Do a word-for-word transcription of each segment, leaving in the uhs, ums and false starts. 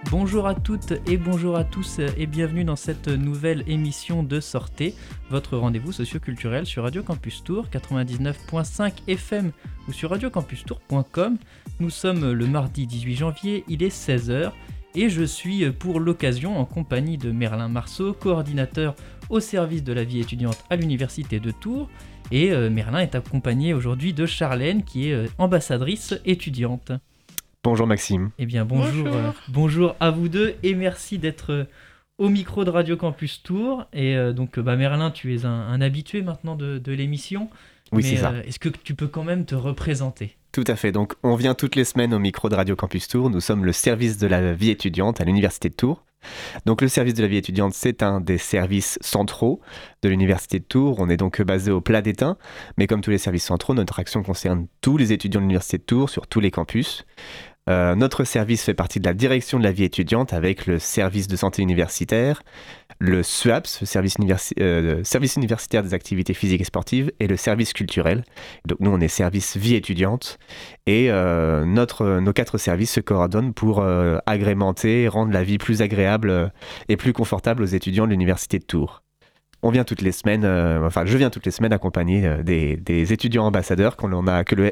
Bonjour à toutes et bonjour à tous et bienvenue dans cette nouvelle émission de Sortez, votre rendez-vous socio-culturel sur Radio Campus Tours quatre-vingt-dix-neuf virgule cinq F M ou sur radio campus tours point com. Nous sommes le mardi dix-huit janvier, il est seize heures et je suis pour l'occasion en compagnie de Merlin Marceau, coordinateur au service de la vie étudiante à l'Université de Tours. Et euh, Merlin est accompagné aujourd'hui de Charlène qui est euh, ambassadrice étudiante. Bonjour Maxime. Eh bien bonjour, bonjour. Euh, bonjour à vous deux et merci d'être euh, au micro de Radio Campus Tours. Et euh, donc bah, Merlin, tu es un, un habitué maintenant de, de l'émission. Oui, mais, c'est ça. Euh, est-ce que tu peux quand même te représenter ? Tout à fait. Donc on vient toutes les semaines au micro de Radio Campus Tours. Nous sommes le service de la vie étudiante à l'Université de Tours. Donc le service de la vie étudiante, c'est un des services centraux de l'Université de Tours. On est donc basé au Plat d'Étain, mais comme tous les services centraux, notre action concerne tous les étudiants de l'Université de Tours sur tous les campus. Euh, notre service fait partie de la direction de la vie étudiante avec le service de santé universitaire, le SUAPS, le service, universi- euh, service universitaire des activités physiques et sportives, et le service culturel. Donc nous, on est service vie étudiante et euh, notre, nos quatre services se coordonnent pour euh, agrémenter, rendre la vie plus agréable euh, et plus confortable aux étudiants de l'Université de Tours. On vient toutes les semaines, euh, enfin je viens toutes les semaines accompagner euh, des, des étudiants ambassadeurs qu'on a, que le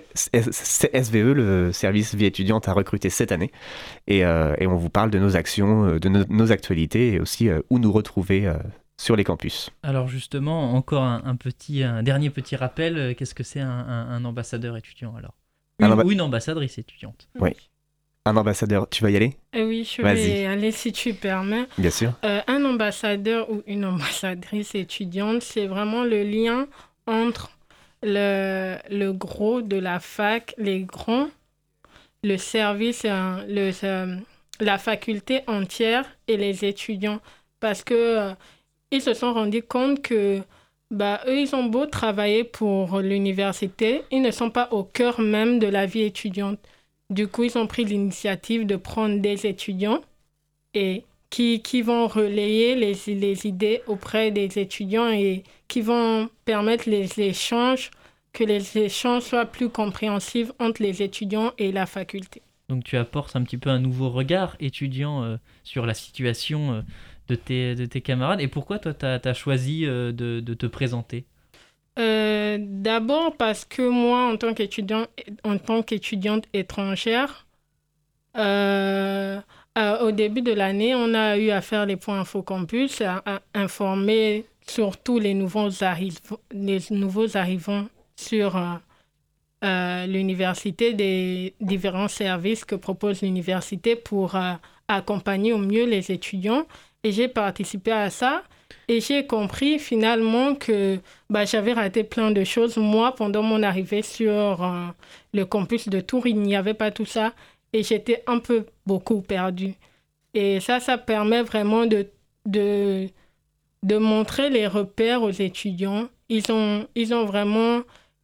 S V E, le service vie étudiante, a recruté cette année. Et, euh, et on vous parle de nos actions, de no, nos actualités et aussi euh, où nous retrouver euh, sur les campus. Alors justement, encore un, un, petit, un dernier petit rappel, qu'est-ce que c'est un, un, un ambassadeur étudiant alors une, amba- Ou une ambassadrice étudiante. Oui. Un ambassadeur, tu vas y aller ? euh, Oui, je Vas-y. vais aller si tu permets. Bien sûr. Euh, un ambassadeur ou une ambassadrice étudiante, c'est vraiment le lien entre le, le gros de la fac, les grands, le service, euh, le, euh, la faculté entière et les étudiants. Parce que euh, ils se sont rendus compte que bah, eux, ils ont beau travailler pour l'université, ils ne sont pas au cœur même de la vie étudiante. Du coup, ils ont pris l'initiative de prendre des étudiants et qui, qui vont relayer les, les idées auprès des étudiants et qui vont permettre les échanges, que les échanges soient plus compréhensifs entre les étudiants et la faculté. Donc tu apportes un petit peu un nouveau regard étudiant euh, sur la situation euh, de, tes, de tes camarades. Et pourquoi toi, tu as choisi euh, de, de te présenter ? Euh, d'abord parce que moi, en tant qu'étudiant, en tant qu'étudiante étrangère, euh, euh, au début de l'année, on a eu à faire les points Info Campus, à, à informer surtout les nouveaux, arri- les nouveaux arrivants sur euh, euh, l'université, des différents services que propose l'université pour euh, accompagner au mieux les étudiants. Et j'ai participé à ça. Et j'ai compris finalement que bah, j'avais raté plein de choses. Moi, pendant mon arrivée sur euh, le campus de Tours, il n'y avait pas tout ça. Et j'étais un peu beaucoup perdue. Et ça, ça permet vraiment de, de, de montrer les repères aux étudiants. Ils ont, ils ont vraiment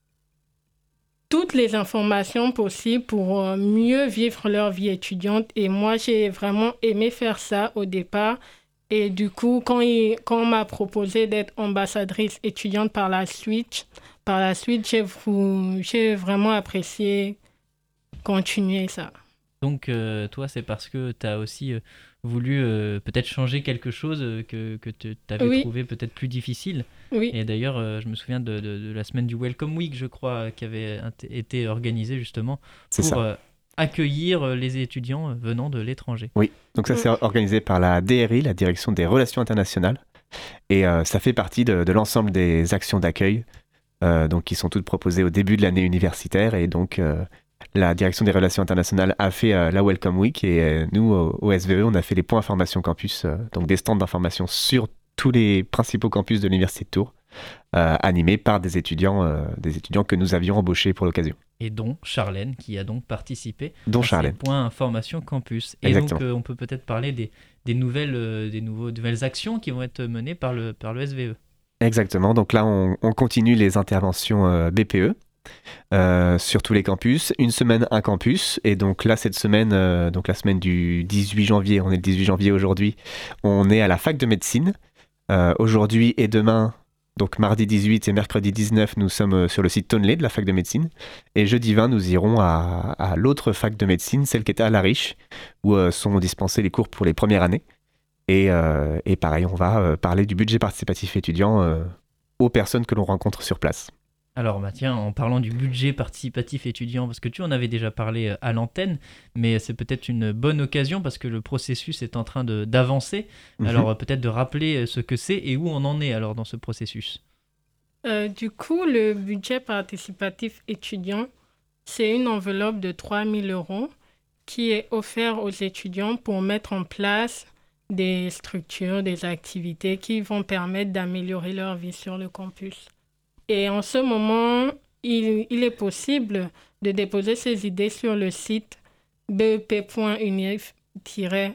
toutes les informations possibles pour euh, mieux vivre leur vie étudiante. Et moi, j'ai vraiment aimé faire ça au départ. Et du coup, quand, il, quand on m'a proposé d'être ambassadrice étudiante par la suite, par la suite j'ai, j'ai vraiment apprécié continuer ça. Donc, euh, toi, c'est parce que tu as aussi euh, voulu euh, peut-être changer quelque chose euh, que, que tu avais oui. trouvé peut-être plus difficile. Oui. Et d'ailleurs, euh, je me souviens de, de, de la semaine du Welcome Week, je crois, qui avait été organisée justement pour euh, accueillir les étudiants venant de l'étranger. Oui, donc ça c'est organisé par la D R I, la Direction des Relations Internationales, et euh, ça fait partie de, de l'ensemble des actions d'accueil euh, donc, qui sont toutes proposées au début de l'année universitaire, et donc euh, la Direction des Relations Internationales a fait euh, la Welcome Week, et euh, nous, au, au S V E, on a fait les points information campus, euh, donc des stands d'information sur tous les principaux campus de l'Université de Tours, euh, animés par des étudiants, euh, des étudiants que nous avions embauchés pour l'occasion. Et dont Charlène, qui a donc participé dont à Charlène. ces points information campus. Et Exactement. donc, euh, on peut peut-être parler des, des, nouvelles, euh, des nouveaux, nouvelles actions qui vont être menées par le, par le S V E. Exactement. Donc là, on, on continue les interventions euh, B P E euh, sur tous les campus. Une semaine, un campus. Et donc là, cette semaine, euh, donc la semaine du dix-huit janvier, on est le dix-huit janvier aujourd'hui, on est à la fac de médecine. Euh, aujourd'hui et demain, Donc mardi dix-huit et mercredi dix-neuf, nous sommes sur le site Tonlé de la fac de médecine. Et jeudi vingt, nous irons à, à l'autre fac de médecine, celle qui était à La Riche, où euh, sont dispensés les cours pour les premières années. Et, euh, et pareil, on va euh, parler du budget participatif étudiant euh, aux personnes que l'on rencontre sur place. Alors bah tiens, en parlant du budget participatif étudiant, parce que tu en avais déjà parlé à l'antenne, mais c'est peut-être une bonne occasion parce que le processus est en train de, d'avancer. Mm-hmm. Alors peut-être de rappeler ce que c'est et où on en est alors dans ce processus. Euh, du coup, le budget participatif étudiant, c'est une enveloppe de trois mille euros qui est offerte aux étudiants pour mettre en place des structures, des activités qui vont permettre d'améliorer leur vie sur le campus. Et en ce moment, il, il est possible de déposer ses idées sur le site b e p point unif tiret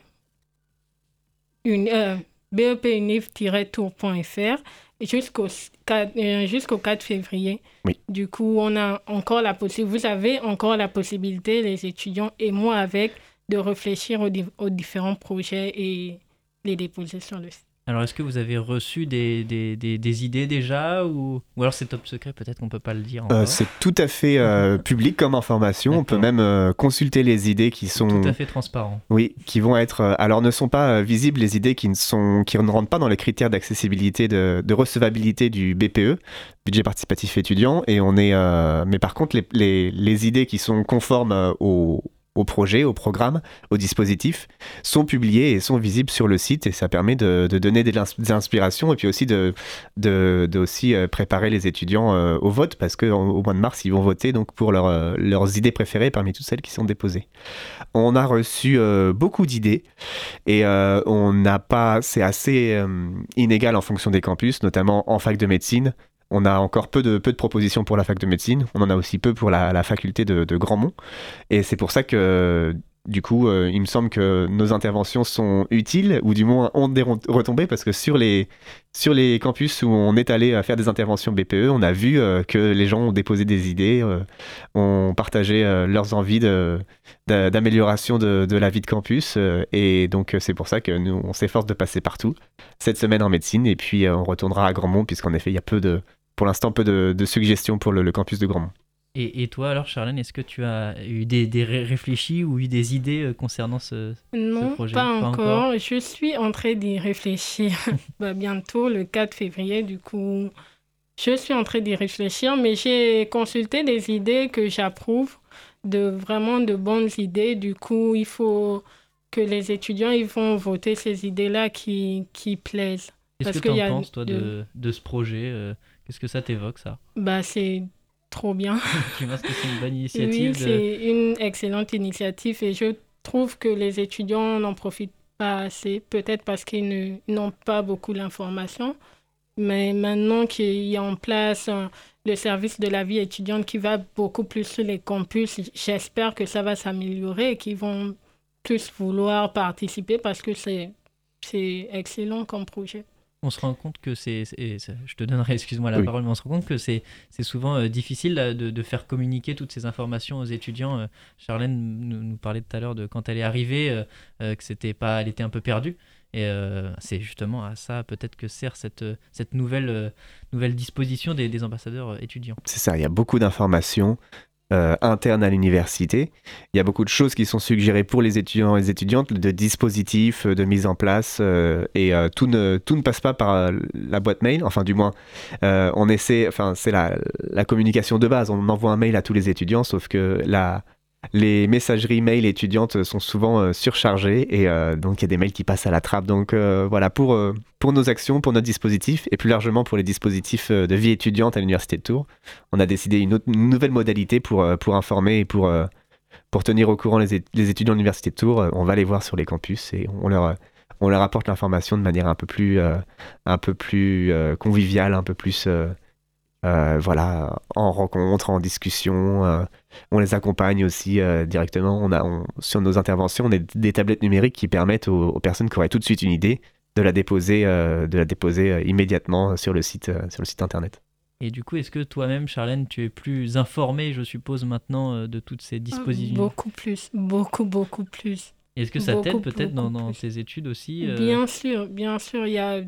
tour point f r jusqu'au quatre, euh, jusqu'au quatre février. Oui. Du coup, on a encore la possi- vous avez encore la possibilité, les étudiants et moi avec, de réfléchir aux, di- aux différents projets et les déposer sur le site. Alors, est-ce que vous avez reçu des, des, des, des idées déjà ou, ou alors c'est top secret, peut-être qu'on ne peut pas le dire encore. Euh, c'est tout à fait euh, public comme information. D'accord. On peut même euh, consulter les idées qui sont... Tout à fait transparent. Oui, qui vont être... Euh, alors, ne sont pas euh, visibles les idées qui ne, sont, qui ne rentrent pas dans les critères d'accessibilité, de, de recevabilité du B P E, budget participatif étudiant. Et on est, euh, mais par contre, les, les, les idées qui sont conformes euh, au... au projet, au programme, au dispositif, sont publiés et sont visibles sur le site et ça permet de, de donner des, des inspirations et puis aussi de, de, de aussi préparer les étudiants euh, au vote parce qu'au mois de mars, ils vont voter donc pour leur, euh, leurs idées préférées parmi toutes celles qui sont déposées. On a reçu euh, beaucoup d'idées et euh, on n'a pas, c'est assez euh, inégal en fonction des campus, notamment en fac de médecine. On a encore peu de, peu de propositions pour la fac de médecine. On en a aussi peu pour la, la faculté de, de Grandmont. Et c'est pour ça que, du coup, euh, il me semble que nos interventions sont utiles, ou du moins ont des retombées, parce que sur les, sur les campus où on est allé faire des interventions B P E, on a vu euh, que les gens ont déposé des idées, euh, ont partagé euh, leurs envies de, de, d'amélioration de, de la vie de campus. Euh, et donc, c'est pour ça que nous, on s'efforce de passer partout cette semaine en médecine. Et puis, euh, on retournera à Grandmont, puisqu'en effet, il y a peu de... pour l'instant, peu de, de suggestions pour le, le campus de Grandmont. Et, et toi alors, Charlène, est-ce que tu as eu des, des réfléchis ou eu des idées concernant ce, non, ce projet ? Non, pas, pas encore. encore. Je suis en train d'y réfléchir. bah, bientôt, le quatre février, du coup, je suis en train d'y réfléchir, mais j'ai consulté des idées que j'approuve, de vraiment de bonnes idées. Du coup, il faut que les étudiants ils vont voter ces idées-là qui, qui plaisent. Qu'est-ce Parce que tu en penses, toi, de... De, de ce projet euh, Qu'est-ce que ça t'évoque, ça ? Bah, c'est trop bien. Tu penses que c'est une bonne initiative ? Oui, de... c'est une excellente initiative et je trouve que les étudiants n'en profitent pas assez, peut-être parce qu'ils ne, n'ont pas beaucoup d'informations. Mais maintenant qu'il y a en place euh, le service de la vie étudiante qui va beaucoup plus sur les campus, j'espère que ça va s'améliorer et qu'ils vont plus vouloir participer parce que c'est, c'est excellent comme projet. On se rend compte que c'est, c'est, c'est je te donnerai, excuse-moi la oui. parole, mais on se rend compte que c'est, c'est souvent euh, difficile de, de faire communiquer toutes ces informations aux étudiants. Euh, Charlène nous, nous parlait tout à l'heure de quand elle est arrivée, euh, euh, que c'était pas, elle était un peu perdue. Et euh, c'est justement à ça peut-être que sert cette, cette nouvelle, euh, nouvelle disposition des, des ambassadeurs étudiants. C'est ça, il y a beaucoup d'informations. Euh, interne à l'université. Il y a beaucoup de choses qui sont suggérées pour les étudiants et les étudiantes, de dispositifs, de mise en place, euh, et euh, tout, ne, tout ne passe pas par la boîte mail, enfin du moins, euh, on essaie, enfin c'est la, la communication de base, on envoie un mail à tous les étudiants, sauf que la, les messageries mail étudiantes sont souvent euh, surchargées, et euh, donc il y a des mails qui passent à la trappe, donc euh, voilà, pour, euh, pour nos actions, pour notre dispositif, et plus largement pour les dispositifs de vie étudiante à l'Université de Tours, on a décidé une, autre, une nouvelle modalité pour, pour informer et pour, pour tenir au courant les, les étudiants de l'Université de Tours. On va les voir sur les campus et on leur, on leur apporte l'information de manière un peu plus, euh, un peu plus euh, conviviale, un peu plus... Euh, Euh, voilà, en rencontre, en discussion, euh, on les accompagne aussi euh, directement. On a, on, sur nos interventions, on a des tablettes numériques qui permettent aux, aux personnes qui auraient tout de suite une idée de la déposer, euh, de la déposer euh, immédiatement sur le site, euh, sur le site internet. Et du coup, est-ce que toi-même, Charlène, tu es plus informée, je suppose, maintenant euh, de toutes ces dispositions ? Beaucoup plus, beaucoup, beaucoup plus. Et est-ce que ça beaucoup, t'aide peut-être dans, dans tes études aussi euh... Bien sûr, bien sûr. Il y a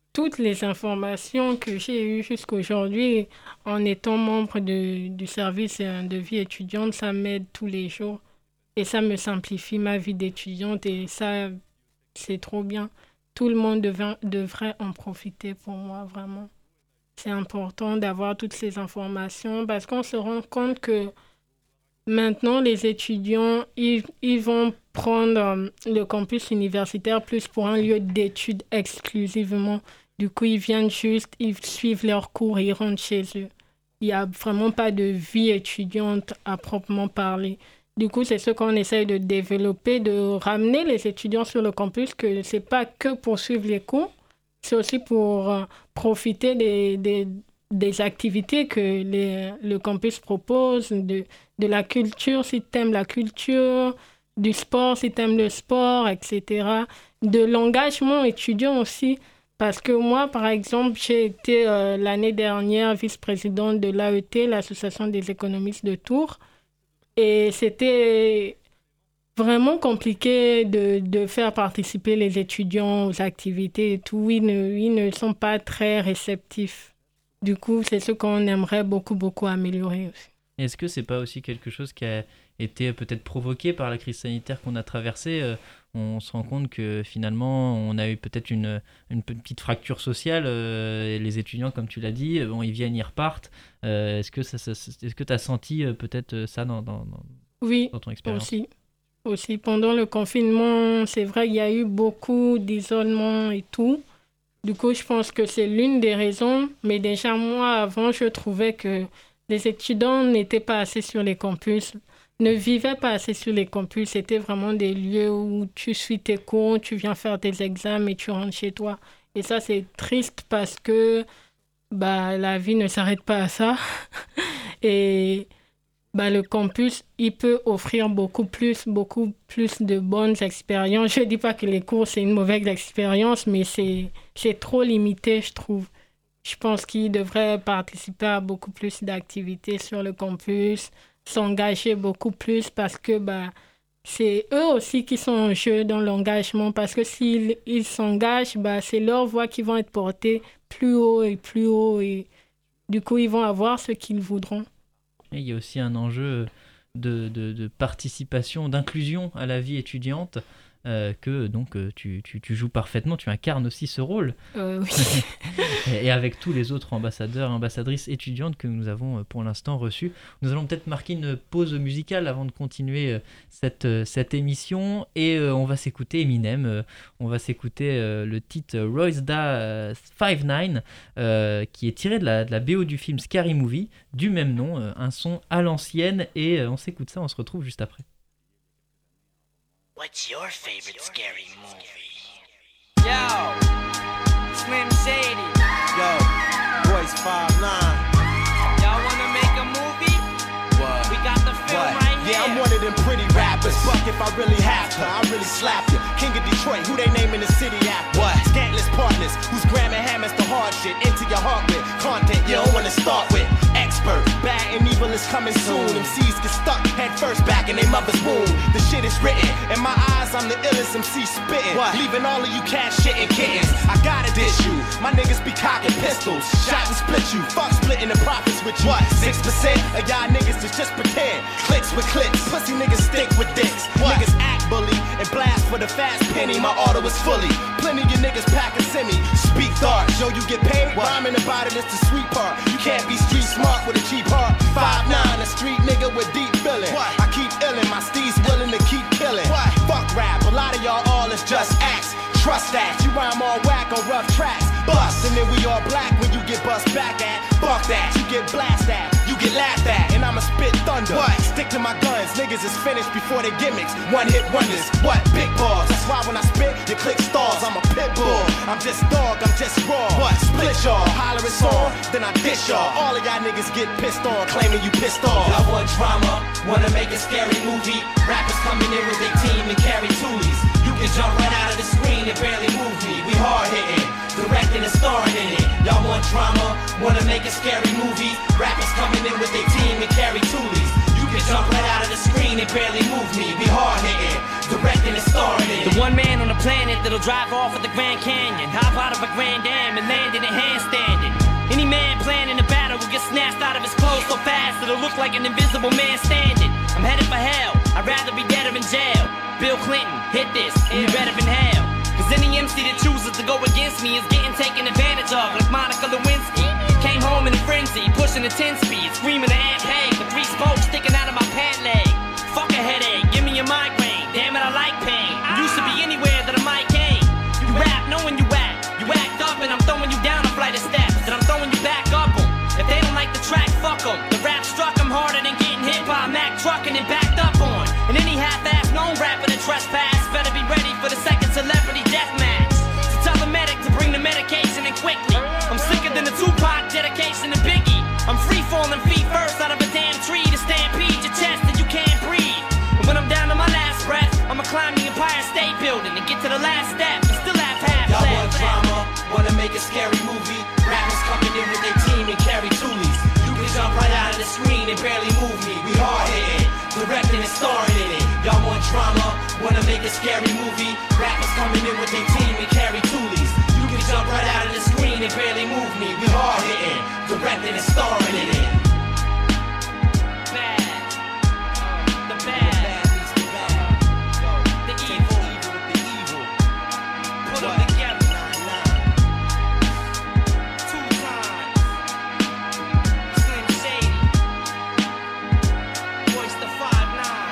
toutes les informations que j'ai eues jusqu'aujourd'hui en étant membre de, du service de vie étudiante, ça m'aide tous les jours. Et ça me simplifie ma vie d'étudiante et ça, c'est trop bien. Tout le monde devait, devrait en profiter pour moi, vraiment. C'est important d'avoir toutes ces informations parce qu'on se rend compte que maintenant, les étudiants, ils, ils vont prendre le campus universitaire plus pour un lieu d'études exclusivement. Du coup, ils viennent juste, ils suivent leurs cours et ils rentrent chez eux. Il n'y a vraiment pas de vie étudiante à proprement parler. Du coup, c'est ce qu'on essaye de développer, de ramener les étudiants sur le campus, que ce n'est pas que pour suivre les cours, c'est aussi pour euh, profiter des, des, des activités que les, le campus propose, de, de la culture, si tu aimes la culture, du sport, si tu aimes le sport, et cetera. De l'engagement étudiant aussi, parce que moi, par exemple, j'ai été euh, l'année dernière vice-présidente de l'A E T, l'Association des économistes de Tours. Et c'était vraiment compliqué de, de faire participer les étudiants aux activités et tout. Ils ne, ils ne sont pas très réceptifs. Du coup, c'est ce qu'on aimerait beaucoup, beaucoup améliorer aussi. Est-ce que c'est pas aussi quelque chose qui a été peut-être provoqué par la crise sanitaire qu'on a traversée ? euh, On se rend compte que finalement, on a eu peut-être une, une petite fracture sociale. Euh, et les étudiants, comme tu l'as dit, bon, ils viennent, ils repartent. Euh, est-ce que ça, ça, est-ce que tu as senti euh, peut-être ça dans, dans, dans, oui, dans ton expérience ? aussi. Aussi, pendant le confinement, c'est vrai qu'il y a eu beaucoup d'isolement et tout. Du coup, je pense que c'est l'une des raisons. Mais déjà, moi, avant, je trouvais que les étudiants n'étaient pas assez sur les campus, ne vivaient pas assez sur les campus. C'était vraiment des lieux où tu suis tes cours, tu viens faire tes examens et tu rentres chez toi. Et ça, c'est triste parce que bah, la vie ne s'arrête pas à ça. Et bah, le campus, il peut offrir beaucoup plus, beaucoup plus de bonnes expériences. Je ne dis pas que les cours, c'est une mauvaise expérience, mais c'est, c'est trop limité, je trouve. Je pense qu'ils devraient participer à beaucoup plus d'activités sur le campus, s'engager beaucoup plus parce que bah, c'est eux aussi qui sont en jeu dans l'engagement. Parce que s'ils ils s'engagent, bah, c'est leurs voix qui vont être portées plus haut et plus haut. Et du coup, ils vont avoir ce qu'ils voudront. Et il y a aussi un enjeu de, de, de participation, d'inclusion à la vie étudiante. Euh, que donc euh, tu, tu, tu joues parfaitement, tu incarnes aussi ce rôle. Euh, oui. et, et avec tous les autres ambassadeurs et ambassadrices étudiantes que nous avons euh, pour l'instant reçus. Nous allons peut-être marquer une pause musicale avant de continuer euh, cette, euh, cette émission et euh, on va s'écouter Eminem, euh, on va s'écouter euh, le titre Royce Da cinquante-neuf euh, qui est tiré de la, de la B O du film Scary Movie du même nom, euh, un son à l'ancienne et euh, on s'écoute ça, on se retrouve juste après. What's your favorite scary movie? Yo, Slim Shady. Yo, Royce five nine. Y'all wanna make a movie? What? We got the film what? Right here. Yeah, I'm one of them pretty rappers. Fuck if I really have to, I really slap you. King of Detroit, who they name in the city after? What? Scantless partners, who's grammar hammers the hard shit into your heart with content you don't wanna start with. Expert, bad and evil is coming soon. M Cs get stuck head first back in their mother's womb. The shit is written, in my eyes I'm the illest M C spitting. What? Leaving all of you cat shitting kittens. I gotta dish you, my niggas be cocking pistols. Shot and split you, fuck splitting the profits with you. What? six percent of y'all niggas is just pretend. Clicks with clicks, pussy niggas stick with dicks. What? Niggas act bully and blast for the fast penny. My auto is fully, plenty of niggas packing semi. Speak dark, yo you get paid. Rhyming about it is the sweet part. You can't be street smart with a cheap heart. five nine, a street nigga with deep feeling. What? I keep illin', my steez willing to keep killing. What? Fuck rap, a lot of y'all all is just acts. Trust that, you rhyme all whack on rough tracks. Bust, and then we all black when you get bust back at. Fuck that, you get blast at, you get laughed at, and I'ma spit thunder. What? Stick to my guns, niggas is finished before they gimmicks. One hit wonders, what? Big balls, that's why when I spit, you click stars. I'm a pit bull, I'm just dog, I'm just raw. What? Split y'all, holler it's on, then I dish y'all. All of y'all niggas get pissed on, claiming you pissed off. I want drama, wanna make a scary movie. Rappers coming in with their team and carry toolies. You can jump right out of the screen and barely move me. We hard hitting, directing and starring in it. Y'all want drama, wanna make a scary movie. Rappers coming in with their team and carry toolies. You can jump right out of the screen and barely move me. We hard hitting, directing and starring in it. The one man on the planet that'll drive off of the Grand Canyon, hop out of a Grand Am and land in a handstanding. Any man planning a battle will get snatched out of his clothes so fast it'll look like an invisible man standing. I'm headed for hell, I'd rather be dead or in jail. Bill Clinton, hit this, and you better inhale. Cause any M C that chooses to go against me is getting taken advantage of, like Monica Lewinsky. Came home in a frenzy, pushing a ten speed, screaming at Aunt Peg with three spokes sticking out of my pant leg. Fuck a headache, give me a migraine, damn it I like pain. Used to be anywhere that I might gain. You rap knowing you act, you act up and I'm throwing you down a flight of steps, and I'm throwing you back up em. If they don't like the track, fuck em. The rap struck em harder than getting hit by a Mack truck and then backed up on. And any half-ass known rapper that trespass better be ready for the second celebrity death match. So tell the medic to bring the medication in quickly. I'm sicker than the Tupac dedication to Biggie. I'm free falling feet first out of a damn tree to stampede your chest and you can't breathe. And when I'm down to my last breath, I'ma climb the Empire State Building and get to the last step and still have half Y'all left. want drama, wanna make a scary movie. Rappers coming in with their team and carry toolies. You can jump right out of the screen and barely move me. We hard hitting, directing and starring in it. Y'all want drama, wanna make a scary movie. Rappers coming in with their team and carry toolies. You can jump right out of the screen and barely move me. We hard hitting, directing and starring in it. Bad. The bad. The evil. Put them together. Two times. Slim Shady. Voice the five nine.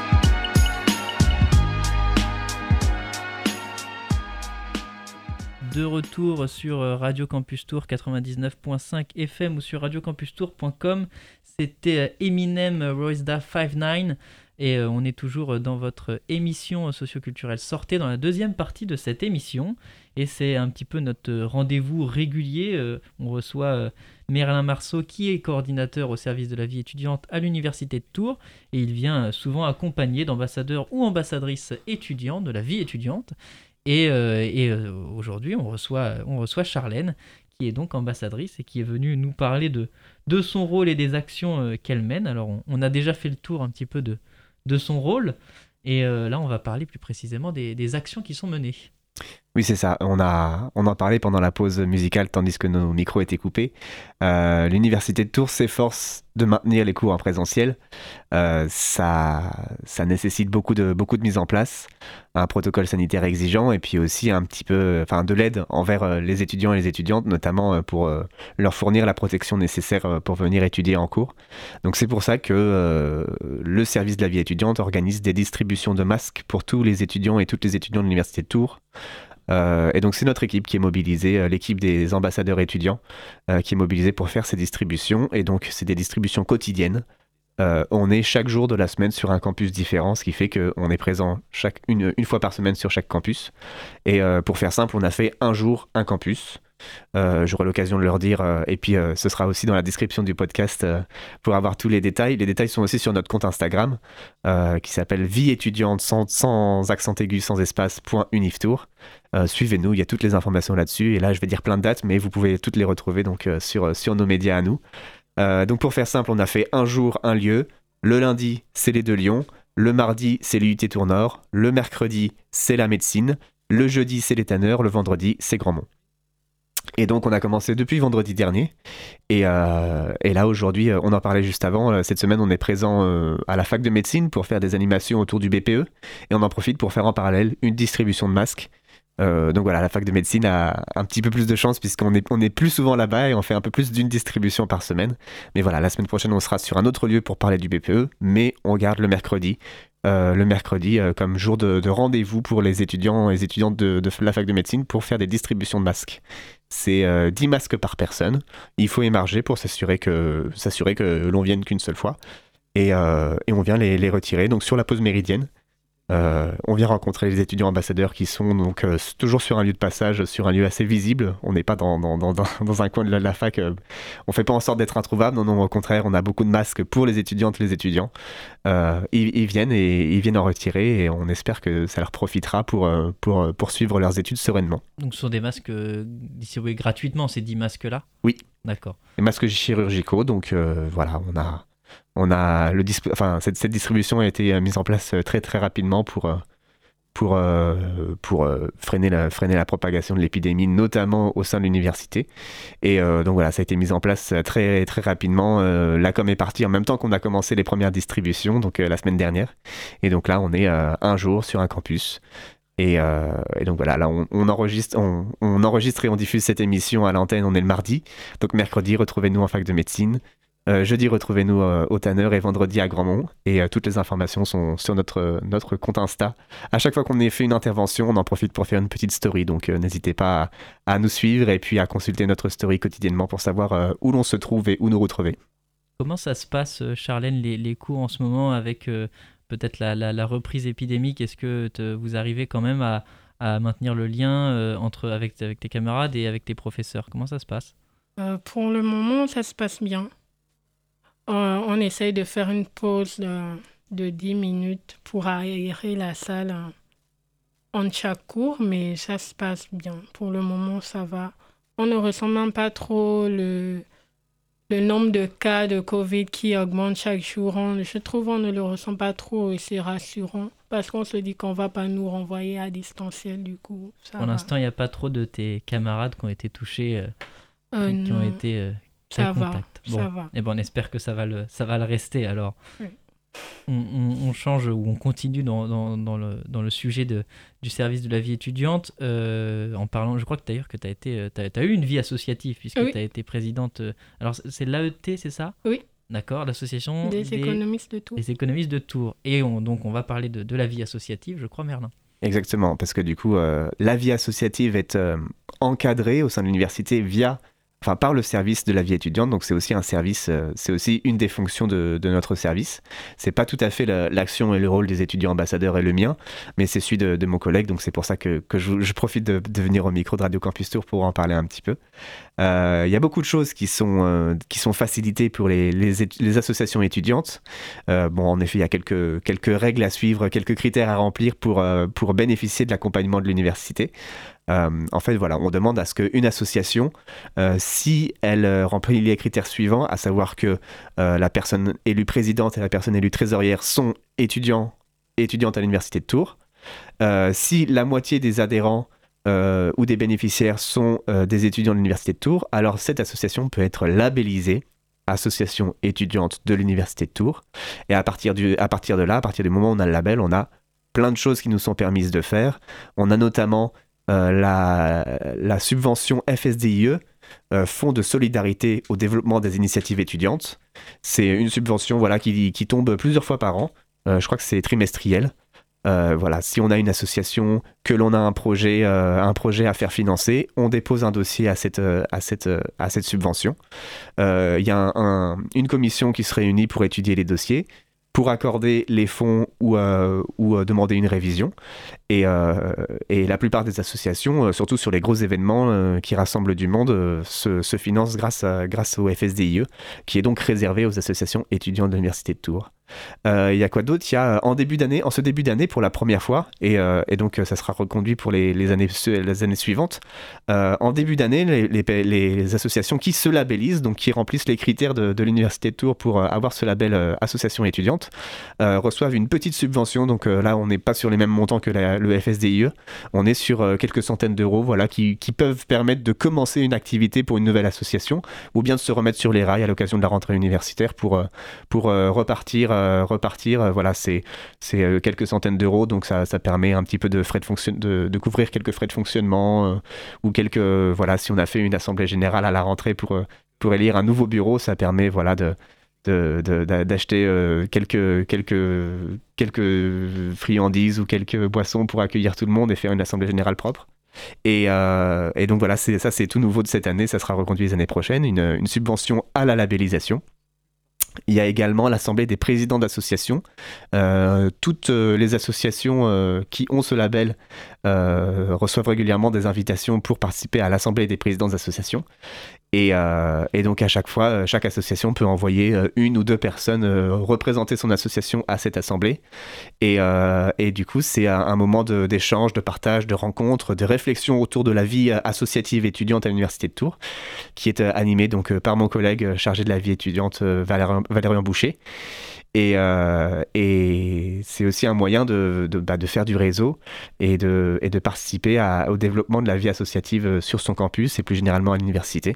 De retour sur Radio Campus Tour quatre-vingt-dix-neuf point cinq F M ou sur radio campus tour point com. C'était Eminem, Royce da five nine et euh, on est toujours dans votre émission socioculturelle Sortez, dans la deuxième partie de cette émission, et c'est un petit peu notre rendez-vous régulier. Euh, on reçoit euh, Merlin Marceau qui est coordinateur au service de la vie étudiante à l'université de Tours, et il vient souvent accompagné d'ambassadeurs ou ambassadrices étudiants de la vie étudiante. Et, euh, et euh, aujourd'hui, on reçoit, on reçoit Charlène, qui est donc ambassadrice et qui est venue nous parler de, de son rôle et des actions euh, qu'elle mène. Alors, on, on a déjà fait le tour un petit peu de, de son rôle, et euh, là, on va parler plus précisément des, des actions qui sont menées. Oui, c'est ça. On, a, on en parlait pendant la pause musicale, tandis que nos micros étaient coupés. Euh, l'université de Tours s'efforce de maintenir les cours en présentiel. Euh, ça, ça nécessite beaucoup de, beaucoup de mise en place, un protocole sanitaire exigeant, et puis aussi un petit peu, enfin, de l'aide envers les étudiants et les étudiantes, notamment pour euh, leur fournir la protection nécessaire pour venir étudier en cours. Donc c'est pour ça que euh, le service de la vie étudiante organise des distributions de masques pour tous les étudiants et toutes les étudiantes de l'université de Tours. Euh, et donc c'est notre équipe qui est mobilisée, euh, l'équipe des ambassadeurs étudiants euh, qui est mobilisée pour faire ces distributions, et donc c'est des distributions quotidiennes. Euh, on est chaque jour de la semaine sur un campus différent, ce qui fait qu'on est présent chaque, une, une fois par semaine sur chaque campus. Et euh, pour faire simple, on a fait un jour, un campus. Euh, j'aurai l'occasion de leur dire, euh, et puis euh, ce sera aussi dans la description du podcast euh, pour avoir tous les détails. Les détails sont aussi sur notre compte Instagram euh, qui s'appelle vie étudiante sans, sans accent aigu, sans espace, point uniftour. Euh, suivez-nous, il y a toutes les informations là-dessus, et là je vais dire plein de dates, mais vous pouvez toutes les retrouver donc, euh, sur, sur nos médias à nous. Euh, donc pour faire simple, on a fait un jour, un lieu. Le lundi, c'est les deux Lyon. Le mardi, c'est l'U T Tours Nord. Le mercredi, c'est la médecine. Le jeudi, c'est les Tanneurs. Le vendredi, c'est Grandmont. Et donc on a commencé depuis vendredi dernier, et, euh, et là aujourd'hui, on en parlait juste avant, cette semaine on est présent euh, à la fac de médecine pour faire des animations autour du B P E, et on en profite pour faire en parallèle une distribution de masques. Euh, donc voilà, la fac de médecine a un petit peu plus de chance puisqu'on est, on est plus souvent là-bas et on fait un peu plus d'une distribution par semaine. Mais voilà, la semaine prochaine on sera sur un autre lieu pour parler du B P E, mais on garde le mercredi. Euh, le mercredi euh, comme jour de, de rendez-vous pour les étudiants et les étudiantes de, de la fac de médecine pour faire des distributions de masques. C'est euh, dix masques par personne. Il faut émarger pour s'assurer que, s'assurer que l'on vienne qu'une seule fois. Et, euh, et on vient les, les retirer. Donc sur la pause méridienne, euh, on vient rencontrer les étudiants ambassadeurs qui sont donc euh, toujours sur un lieu de passage, sur un lieu assez visible. On n'est pas dans, dans, dans, dans un coin de la, la fac. Euh, on ne fait pas en sorte d'être introuvable. Non, non, au contraire, on a beaucoup de masques pour les étudiantes et les étudiants. Euh, ils, ils viennent et ils viennent en retirer, et on espère que ça leur profitera pour, pour poursuivre leurs études sereinement. Donc ce sont des masques distribués gratuitement, ces dix masques-là ? Oui. D'accord. Les masques chirurgicaux, donc euh, voilà, on a... On a le disp... enfin, cette, cette distribution a été mise en place très très rapidement pour, pour, euh, pour euh, freiner, la, freiner la propagation de l'épidémie, notamment au sein de l'université. Et euh, donc voilà, ça a été mis en place très, très rapidement. Euh, la com est partie en même temps qu'on a commencé les premières distributions, donc euh, la semaine dernière. Et donc là, on est euh, un jour sur un campus. Et, euh, et donc voilà, là on, on, enregistre, on, on enregistre et on diffuse cette émission à l'antenne, on est le mardi. Donc mercredi, retrouvez-nous en fac de médecine. Euh, jeudi, retrouvez-nous euh, au Tanner et vendredi à Grandmont. Et euh, toutes les informations sont sur notre, notre compte Insta. À chaque fois qu'on ait fait une intervention, on en profite pour faire une petite story. Donc euh, n'hésitez pas à, à nous suivre et puis à consulter notre story quotidiennement pour savoir euh, où l'on se trouve et où nous retrouver. Comment ça se passe, Charlène, les, les cours en ce moment avec euh, peut-être la, la, la reprise épidémique? Est-ce que te, vous arrivez quand même à, à maintenir le lien euh, entre, avec, avec tes camarades et avec tes professeurs? Comment ça se passe? Euh, pour le moment, ça se passe bien. Euh, on essaye de faire une pause de, de dix minutes pour aérer la salle en chaque cours, mais ça se passe bien. Pour le moment, ça va. On ne ressent même pas trop le, le nombre de cas de Covid qui augmente chaque jour. On, je trouve qu'on ne le ressent pas trop et c'est rassurant parce qu'on se dit qu'on ne va pas nous renvoyer à distanciel du coup. Ça pour va. l'instant, il n'y a pas trop de tes camarades qui ont été touchés, euh, Euh, qui ont non. été... Euh, Ça va, contact. Bon. ça va. Et ben on espère que ça va le, ça va le rester alors. Oui. On, on, on change ou on continue dans, dans, dans, le, dans le sujet de, du service de la vie étudiante euh, en parlant, je crois que d'ailleurs que tu as été, t'as, t'as eu une vie associative puisque Oui. tu as été présidente. Euh, alors c'est l'A E T, c'est ça? Oui. D'accord, l'association Des, des économistes de tout. des économistes de Tours. Et on, donc on va parler de, de la vie associative, je crois, Merlin. Exactement, parce que du coup, euh, la vie associative est euh, encadrée au sein de l'université via... Enfin, par le service de la vie étudiante, donc c'est aussi un service, euh, c'est aussi une des fonctions de, de notre service. C'est pas tout à fait la, l'action et le rôle des étudiants ambassadeurs et le mien, mais c'est celui de, de mon collègue, donc c'est pour ça que, que je, je profite de, de venir au micro de Radio Campus Tour pour en parler un petit peu. Il euh, y a beaucoup de choses qui sont, euh, qui sont facilitées pour les, les, étu- les associations étudiantes. Euh, bon, en effet, il y a quelques, quelques règles à suivre, quelques critères à remplir pour, euh, pour bénéficier de l'accompagnement de l'université. Euh, en fait, voilà, on demande à ce qu'une association, euh, si elle euh, remplit les critères suivants, à savoir que euh, la personne élue présidente et la personne élue trésorière sont étudiants, étudiantes à l'université de Tours, euh, si la moitié des adhérents euh, ou des bénéficiaires sont euh, des étudiants de l'université de Tours, alors cette association peut être labellisée association étudiante de l'université de Tours. Et à partir, du, à partir de là, à partir du moment où on a le label, on a plein de choses qui nous sont permises de faire. On a notamment Euh, la, la subvention F S D I E, euh, Fonds de solidarité au développement des initiatives étudiantes. C'est une subvention voilà, qui, qui tombe plusieurs fois par an. Euh, je crois que c'est trimestriel. Euh, voilà, si on a une association, que l'on a un projet, euh, un projet à faire financer, on dépose un dossier à cette, euh, à cette, euh, à cette subvention. Il euh, y a un, un, une commission qui se réunit pour étudier les dossiers, pour accorder les fonds ou, euh, ou euh, demander une révision. Et, euh, et la plupart des associations, euh, surtout sur les gros événements euh, qui rassemblent du monde, euh, se, se financent grâce, à, grâce au F S D I E, qui est donc réservé aux associations étudiantes de l'Université de Tours. Il euh, y a quoi d'autre? Il y a en début d'année, en ce début d'année, pour la première fois, et, euh, et donc ça sera reconduit pour les, les, années, les années suivantes, euh, en début d'année, les, les, les associations qui se labellisent, donc qui remplissent les critères de, de l'Université de Tours pour avoir ce label euh, association étudiante, euh, reçoivent une petite subvention. Donc euh, là, on n'est pas sur les mêmes montants que la, le F S D I E, on est sur euh, quelques centaines d'euros voilà, qui, qui peuvent permettre de commencer une activité pour une nouvelle association, ou bien de se remettre sur les rails à l'occasion de la rentrée universitaire pour, euh, pour euh, repartir Euh, repartir, euh, voilà, c'est, c'est euh, quelques centaines d'euros, donc ça, ça permet un petit peu de, frais de, fonction- de, de couvrir quelques frais de fonctionnement, euh, ou quelques, euh, voilà, si on a fait une assemblée générale à la rentrée pour, euh, pour élire un nouveau bureau, ça permet, voilà, de, de, de, de, d'acheter euh, quelques, quelques, quelques friandises ou quelques boissons pour accueillir tout le monde et faire une assemblée générale propre. Et, euh, et donc voilà, c'est, ça c'est tout nouveau de cette année, ça sera reconduit les années prochaines, une, une subvention à la labellisation. Il y a également l'Assemblée des présidents d'associations. Euh, toutes euh, les associations euh, qui ont ce label euh, reçoivent régulièrement des invitations pour participer à l'Assemblée des présidents d'associations. Et, euh, et donc à chaque fois, chaque association peut envoyer une ou deux personnes euh, représenter son association à cette assemblée. Et, euh, et du coup, c'est un, un moment de, d'échange, de partage, de rencontre, de réflexion autour de la vie associative étudiante à l'Université de Tours, qui est euh, animée donc, par mon collègue chargé de la vie étudiante, euh, Valérien, Valérien Boucher. Et, euh, et c'est aussi un moyen de, de, bah, de faire du réseau et de, et de participer à, au développement de la vie associative sur son campus et plus généralement à l'université.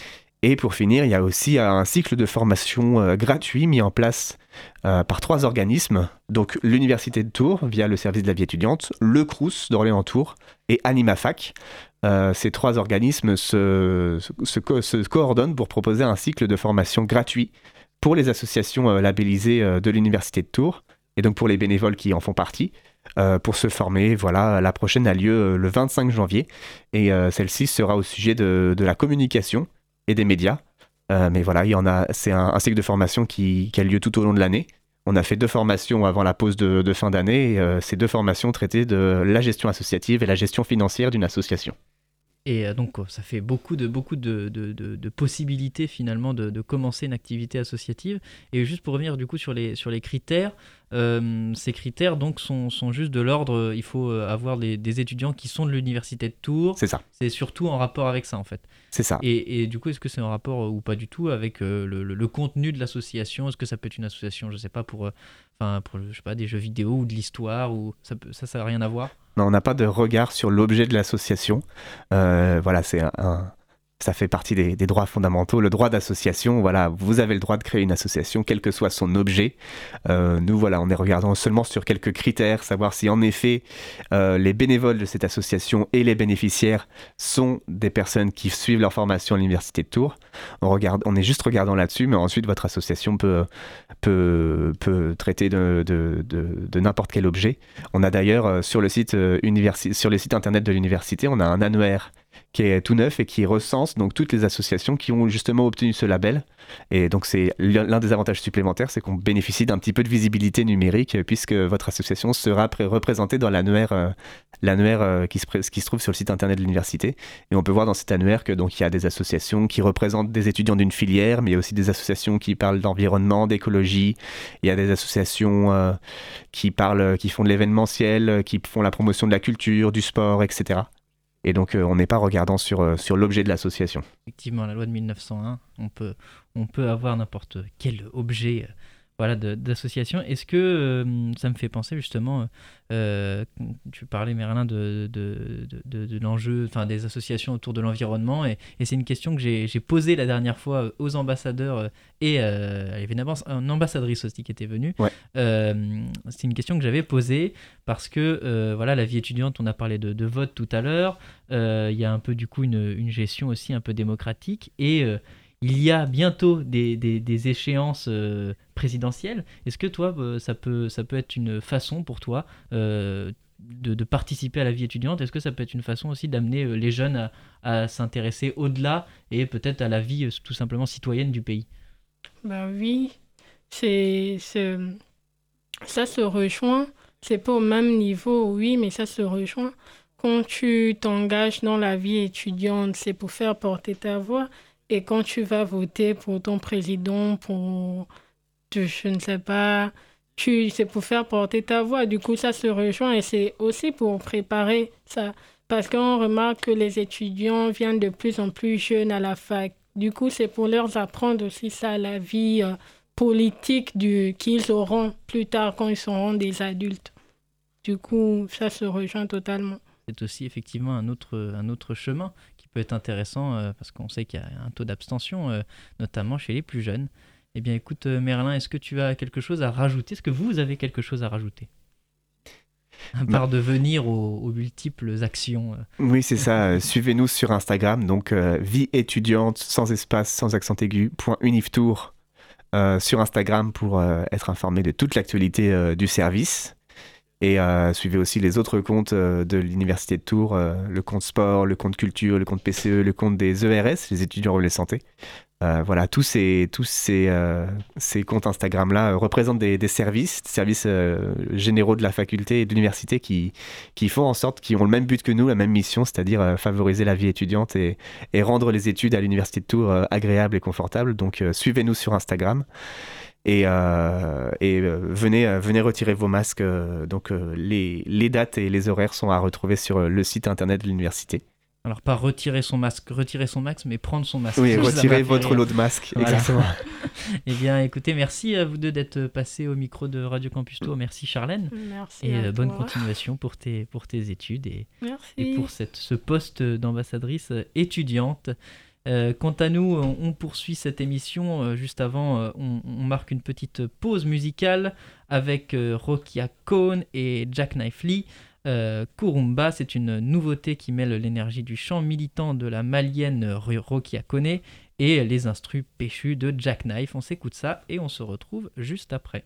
Et pour finir, il y a aussi un cycle de formation euh, gratuit mis en place euh, par trois organismes, donc l'Université de Tours via le service de la vie étudiante, le Crous d'Orléans-Tours et AnimaFac. Euh, ces trois organismes se, se, co- se coordonnent pour proposer un cycle de formation gratuit pour les associations euh, labellisées euh, de l'Université de Tours et donc pour les bénévoles qui en font partie. Euh, pour se former, voilà, la prochaine a lieu euh, le vingt-cinq janvier et euh, celle-ci sera au sujet de, de la communication et des médias. Euh, mais voilà, il y en a, c'est un, un cycle de formation qui, qui a lieu tout au long de l'année. On a fait deux formations avant la pause de, de fin d'année et euh, ces deux formations traitaient de la gestion associative et la gestion financière d'une association. Et euh, donc, ça fait beaucoup de, beaucoup de, de, de, de possibilités finalement de, de commencer une activité associative. Et juste pour revenir du coup sur les, sur les critères, euh, ces critères donc sont, sont juste de l'ordre, il faut avoir des, des étudiants qui sont de l'Université de Tours. C'est ça. C'est surtout en rapport avec ça en fait. C'est ça. Et, et du coup, est-ce que c'est en rapport ou pas du tout avec euh, le, le, le contenu de l'association ? Est-ce que ça peut être une association, je sais pas, pour, euh, pour je sais pas, des jeux vidéo ou de l'histoire ou ça, peut, ça, ça n'a rien à voir ? Non, on n'a pas de regard sur l'objet de l'association. Euh, voilà, c'est un, un, ça fait partie des, des droits fondamentaux. Le droit d'association, voilà, vous avez le droit de créer une association, quel que soit son objet. Euh, nous, voilà, on est regardant seulement sur quelques critères, savoir si en effet euh, les bénévoles de cette association et les bénéficiaires sont des personnes qui suivent leur formation à l'Université de Tours. On, regarde, on est juste regardant là-dessus, mais ensuite votre association peut, peut, peut traiter de, de, de, de n'importe quel objet. On a d'ailleurs euh, sur le site euh, universi- sur le site internet de l'université, on a un annuaire qui est tout neuf et qui recense donc toutes les associations qui ont justement obtenu ce label. Et donc c'est l'un des avantages supplémentaires, c'est qu'on bénéficie d'un petit peu de visibilité numérique puisque votre association sera pré- représentée dans l'annuaire, euh, l'annuaire euh, qui, se pré- qui se trouve sur le site internet de l'université. Et on peut voir dans cet annuaire que donc il y a des associations qui représentent des étudiants d'une filière, mais il y a aussi des associations qui parlent d'environnement, d'écologie. Il y a des associations euh, qui parlent, qui font de l'événementiel, qui font la promotion de la culture, du sport, et cetera. Et donc, euh, on n'est pas regardant sur, euh, sur l'objet de l'association. Effectivement, la loi de mille neuf cent un, on peut, on peut avoir n'importe quel objet euh, voilà, de, d'association. Est-ce que euh, ça me fait penser justement, euh, tu parlais Merlin de, de, de, de, de l'enjeu, enfin des associations autour de l'environnement, et, et c'est une question que j'ai, j'ai posée la dernière fois aux ambassadeurs, et euh, il y avait une, ambas- une ambassadrice aussi qui était venue. Ouais. Euh, c'est une question que j'avais posée parce que euh, voilà, la vie étudiante, on a parlé de, de vote tout à l'heure, euh, il y a un peu du coup une, une gestion aussi un peu démocratique, et euh, il y a bientôt des, des, des échéances euh, présidentielles. Est-ce que toi, euh, ça, peut, ça peut être une façon pour toi euh, de, de participer à la vie étudiante ? Est-ce que ça peut être une façon aussi d'amener euh, les jeunes à, à s'intéresser au-delà et peut-être à la vie euh, tout simplement citoyenne du pays ? Bah oui, c'est, c'est... ça se rejoint. C'est pas au même niveau, oui, mais ça se rejoint. Quand tu t'engages dans la vie étudiante, c'est pour faire porter ta voix. Et quand tu vas voter pour ton président, pour, je ne sais pas, tu, c'est pour faire porter ta voix. Du coup, ça se rejoint et c'est aussi pour préparer ça. Parce qu'on remarque que les étudiants viennent de plus en plus jeunes à la fac. Du coup, c'est pour leur apprendre aussi ça, la vie euh, politique du, qu'ils auront plus tard quand ils seront des adultes. Du coup, ça se rejoint totalement. C'est aussi effectivement un autre, un autre chemin qui peut être intéressant euh, parce qu'on sait qu'il y a un taux d'abstention, euh, notamment chez les plus jeunes. Eh bien écoute euh, Merlin, est-ce que tu as quelque chose à rajouter ? Est-ce que vous avez quelque chose à rajouter ? À part de venir aux, aux multiples actions. Euh. Oui, c'est ça. Euh, suivez-nous sur Instagram, donc euh, vie étudiante sans espace, sans accent aigu, point uniftour euh, sur Instagram pour euh, être informé de toute l'actualité euh, du service. Et euh, suivez aussi les autres comptes euh, de l'Université de Tours, euh, le compte sport, le compte culture, le compte P C E, le compte des E R S, les étudiants relais santé. Euh, voilà, tous ces, tous ces, euh, ces comptes Instagram-là euh, représentent des, des services, des services euh, généraux de la faculté et de l'université qui, qui font en sorte, qui ont le même but que nous, la même mission, c'est-à-dire euh, favoriser la vie étudiante et, et rendre les études à l'Université de Tours euh, agréables et confortables. Donc euh, suivez-nous sur Instagram et, euh, et euh, venez, euh, venez retirer vos masques. Euh, donc euh, les, les dates et les horaires sont à retrouver sur euh, le site internet de l'université. Alors, pas retirer son masque, retirer son masque, mais prendre son masque. Oui, Ça, retirez ça votre lot de masques, voilà. exactement. Eh bien, écoutez, merci à vous deux d'être passés au micro de Radio Campus Tours. Merci Charlène. Merci. Et à euh, bonne toi. continuation pour tes, pour tes études et, Merci. et pour cette, ce poste d'ambassadrice étudiante. Euh, quant à nous, on, on poursuit cette émission. Euh, juste avant, euh, on, on marque une petite pause musicale avec euh, Rokia Kone et Jackknife Lee. Euh, Kurumba, c'est une nouveauté qui mêle l'énergie du chant militant de la malienne Rokia Kone et les instrus péchus de Jackknife. On s'écoute ça et on se retrouve juste après.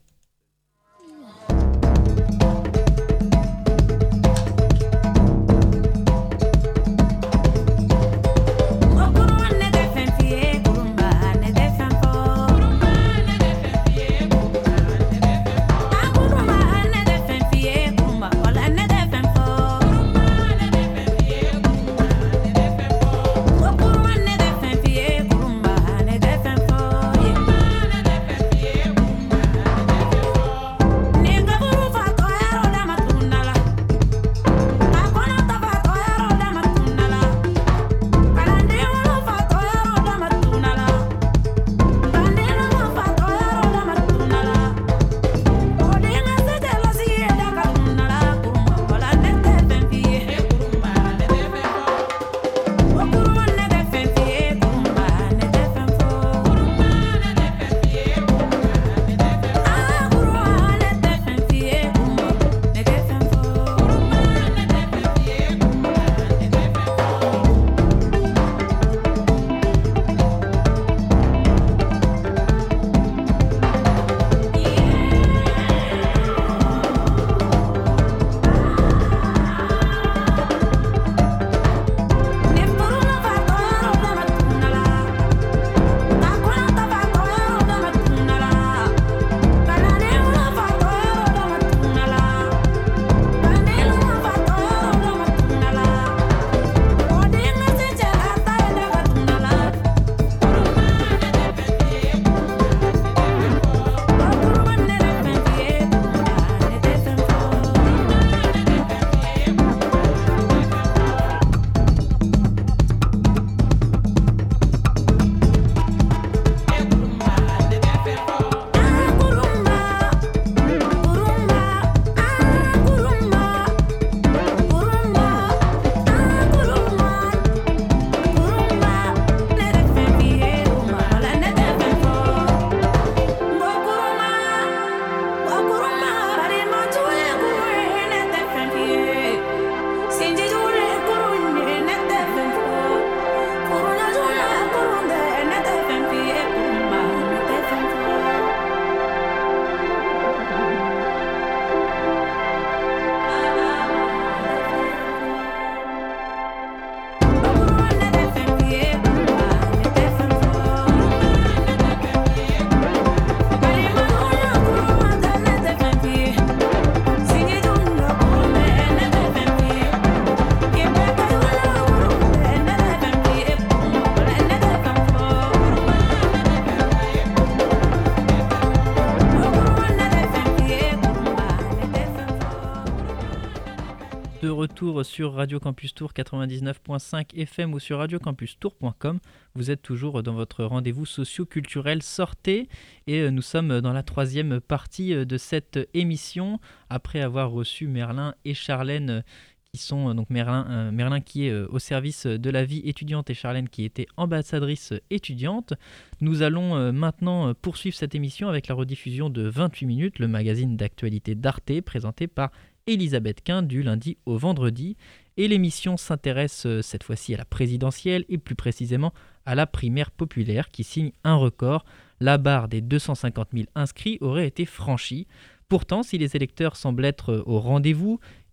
De retour sur Radio Campus Tours quatre-vingt-dix-neuf virgule cinq F M ou sur radio campus tours point com. Vous êtes toujours dans votre rendez-vous socio-culturel Sortez et nous sommes dans la troisième partie de cette émission après avoir reçu Merlin et Charlène qui sont donc Merlin, euh, Merlin qui est euh, au service de la vie étudiante et Charlène qui était ambassadrice étudiante. Nous allons euh, maintenant poursuivre cette émission avec la rediffusion de vingt-huit minutes, le magazine d'actualité d'Arte présenté par Elisabeth Quint du lundi au vendredi. Et l'émission s'intéresse euh, cette fois-ci à la présidentielle et plus précisément à la primaire populaire qui signe un record. La barre des deux cent cinquante mille inscrits aurait été franchie. Pourtant, si les électeurs semblent être au rendez-vous,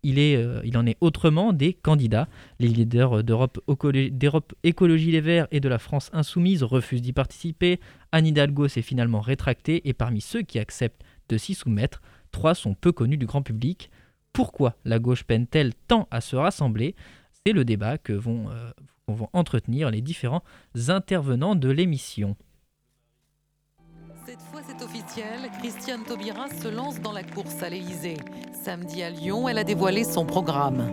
il, est, euh, il en est autrement des candidats. Les leaders d'Europe, d'Europe Écologie Les Verts et de la France Insoumise refusent d'y participer. Anne Hidalgo s'est finalement rétractée et parmi ceux qui acceptent de s'y soumettre, trois sont peu connus du grand public. Pourquoi la gauche peine-t-elle tant à se rassembler ? C'est le débat que vont, euh, vont entretenir les différents intervenants de l'émission. Cette fois, c'est officiel. Christiane Taubira se lance dans la course à l'Élysée. Samedi à Lyon, elle a dévoilé son programme.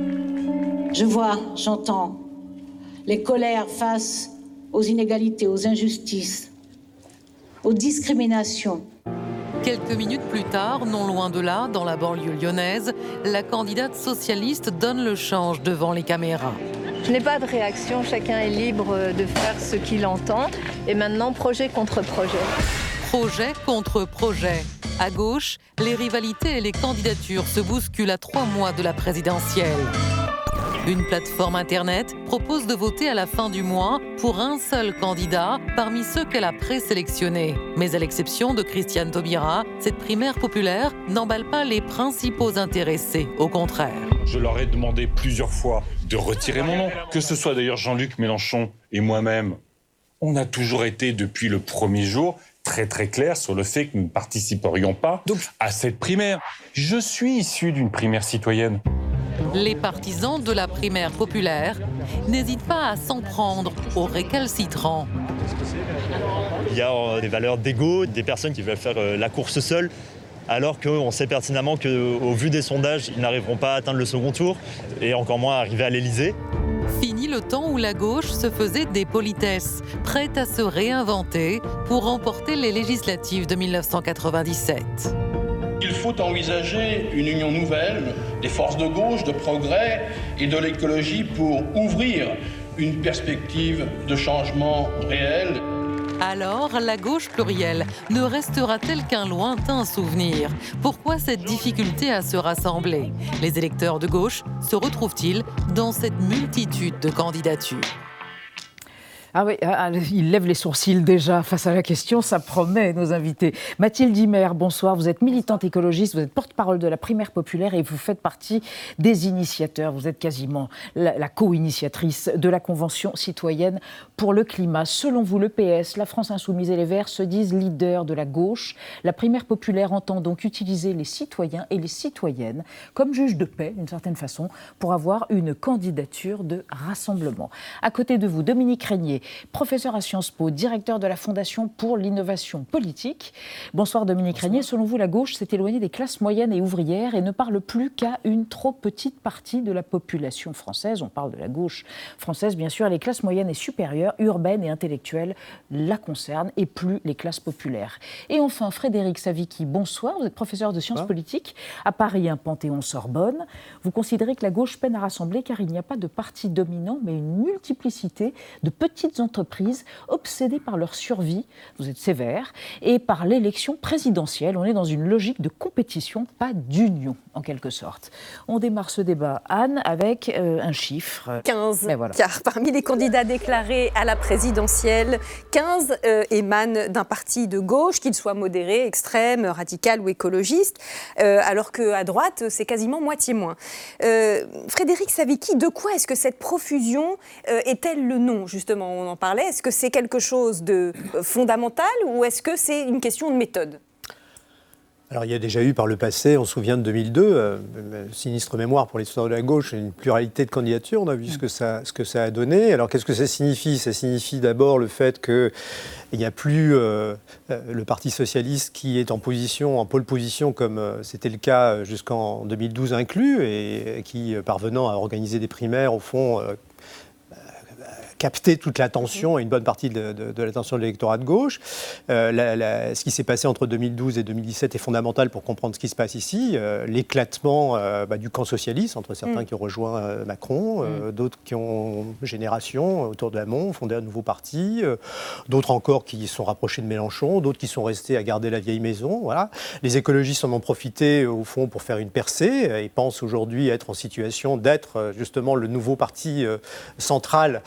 Je vois, j'entends les colères face aux inégalités, aux injustices, aux discriminations. Quelques minutes plus tard, non loin de là, dans la banlieue lyonnaise, la candidate socialiste donne le change devant les caméras. Je n'ai pas de réaction, chacun est libre de faire ce qu'il entend. Et maintenant, projet contre projet. Projet contre projet. À gauche, les rivalités et les candidatures se bousculent à trois mois de la présidentielle. Une plateforme internet propose de voter à la fin du mois pour un seul candidat parmi ceux qu'elle a présélectionnés. Mais à l'exception de Christiane Taubira, cette primaire populaire n'emballe pas les principaux intéressés, au contraire. Je leur ai demandé plusieurs fois de retirer mon nom, que ce soit d'ailleurs Jean-Luc Mélenchon et moi-même. On a toujours été, depuis le premier jour, très très clair sur le fait que nous ne participerions pas Donc, à cette primaire. Je suis issu d'une primaire citoyenne. Les partisans de la primaire populaire n'hésitent pas à s'en prendre aux récalcitrants. Il y a euh, des valeurs d'ego, des personnes qui veulent faire euh, la course seules, alors qu'on sait pertinemment qu'au vu des sondages, ils n'arriveront pas à atteindre le second tour, et encore moins à arriver à l'Élysée. Fini le temps où la gauche se faisait des politesses, prête à se réinventer pour remporter les législatives de dix-neuf cent quatre-vingt-dix-sept. Il faut envisager une union nouvelle des forces de gauche, de progrès et de l'écologie pour ouvrir une perspective de changement réel. Alors, la gauche plurielle ne restera-t-elle qu'un lointain souvenir ? Pourquoi cette difficulté à se rassembler ? Les électeurs de gauche se retrouvent-ils dans cette multitude de candidatures ? Ah oui, il lève les sourcils déjà face à la question, ça promet, nos invités. Mathilde Himer, bonsoir, vous êtes militante écologiste, vous êtes porte-parole de la primaire populaire et vous faites partie des initiateurs, vous êtes quasiment la, la co-initiatrice de la Convention citoyenne pour le climat. Selon vous, le P S, la France Insoumise et les Verts se disent leaders de la gauche. La primaire populaire entend donc utiliser les citoyens et les citoyennes comme juges de paix, d'une certaine façon, pour avoir une candidature de rassemblement. À côté de vous, Dominique Régnier, professeur à Sciences Po, directeur de la Fondation pour l'innovation politique. Bonsoir Dominique Bonsoir. Régnier. Selon vous, la gauche s'est éloignée des classes moyennes et ouvrières et ne parle plus qu'à une trop petite partie de la population française. On parle de la gauche française, bien sûr. Les classes moyennes et supérieures, urbaines et intellectuelles, la concernent et plus les classes populaires. Et enfin, Frédéric Savicki, bonsoir. Vous êtes professeur de sciences bonsoir. politiques à Paris, un Panthéon-Sorbonne. Vous considérez que la gauche peine à rassembler car il n'y a pas de parti dominant, mais une multiplicité de petites entreprises obsédées par leur survie, vous êtes sévère, et par l'élection présidentielle. On est dans une logique de compétition, pas d'union, en quelque sorte. On démarre ce débat, Anne, avec euh, un chiffre. quinze, voilà. Car parmi les candidats déclarés à la présidentielle, quinze euh, émanent d'un parti de gauche, qu'il soit modéré, extrême, radical ou écologiste, euh, alors qu'à droite, c'est quasiment moitié moins. Euh, Frédéric Savicki, de quoi est-ce que cette profusion euh, est-elle le nom, justement ? On en parlait. Est-ce que c'est quelque chose de fondamental ou est-ce que c'est une question de méthode ? Alors, il y a déjà eu par le passé, on se souvient de deux mille deux, euh, sinistre mémoire pour l'histoire de la gauche, une pluralité de candidatures, on a vu ce que ça, ce que ça a donné. Alors, qu'est-ce que ça signifie ? Ça signifie d'abord le fait qu'il n'y a plus euh, le Parti socialiste qui est en position, en pôle position, comme euh, c'était le cas jusqu'en deux mille douze inclus, et qui, parvenant à organiser des primaires, au fond, euh, capter toute l'attention et une bonne partie de, de, de l'attention de l'électorat de gauche. Euh, la, la, ce qui s'est passé entre deux mille douze et deux mille dix-sept est fondamental pour comprendre ce qui se passe ici. Euh, l'éclatement euh, bah, du camp socialiste, entre certains mmh. qui ont rejoint euh, Macron, euh, mmh. d'autres qui ont génération autour de Hamon, fondé un nouveau parti, euh, d'autres encore qui sont rapprochés de Mélenchon, d'autres qui sont restés à garder la vieille maison. Voilà. Les écologistes en ont profité, au fond, pour faire une percée et pensent aujourd'hui être en situation d'être justement le nouveau parti euh, central euh,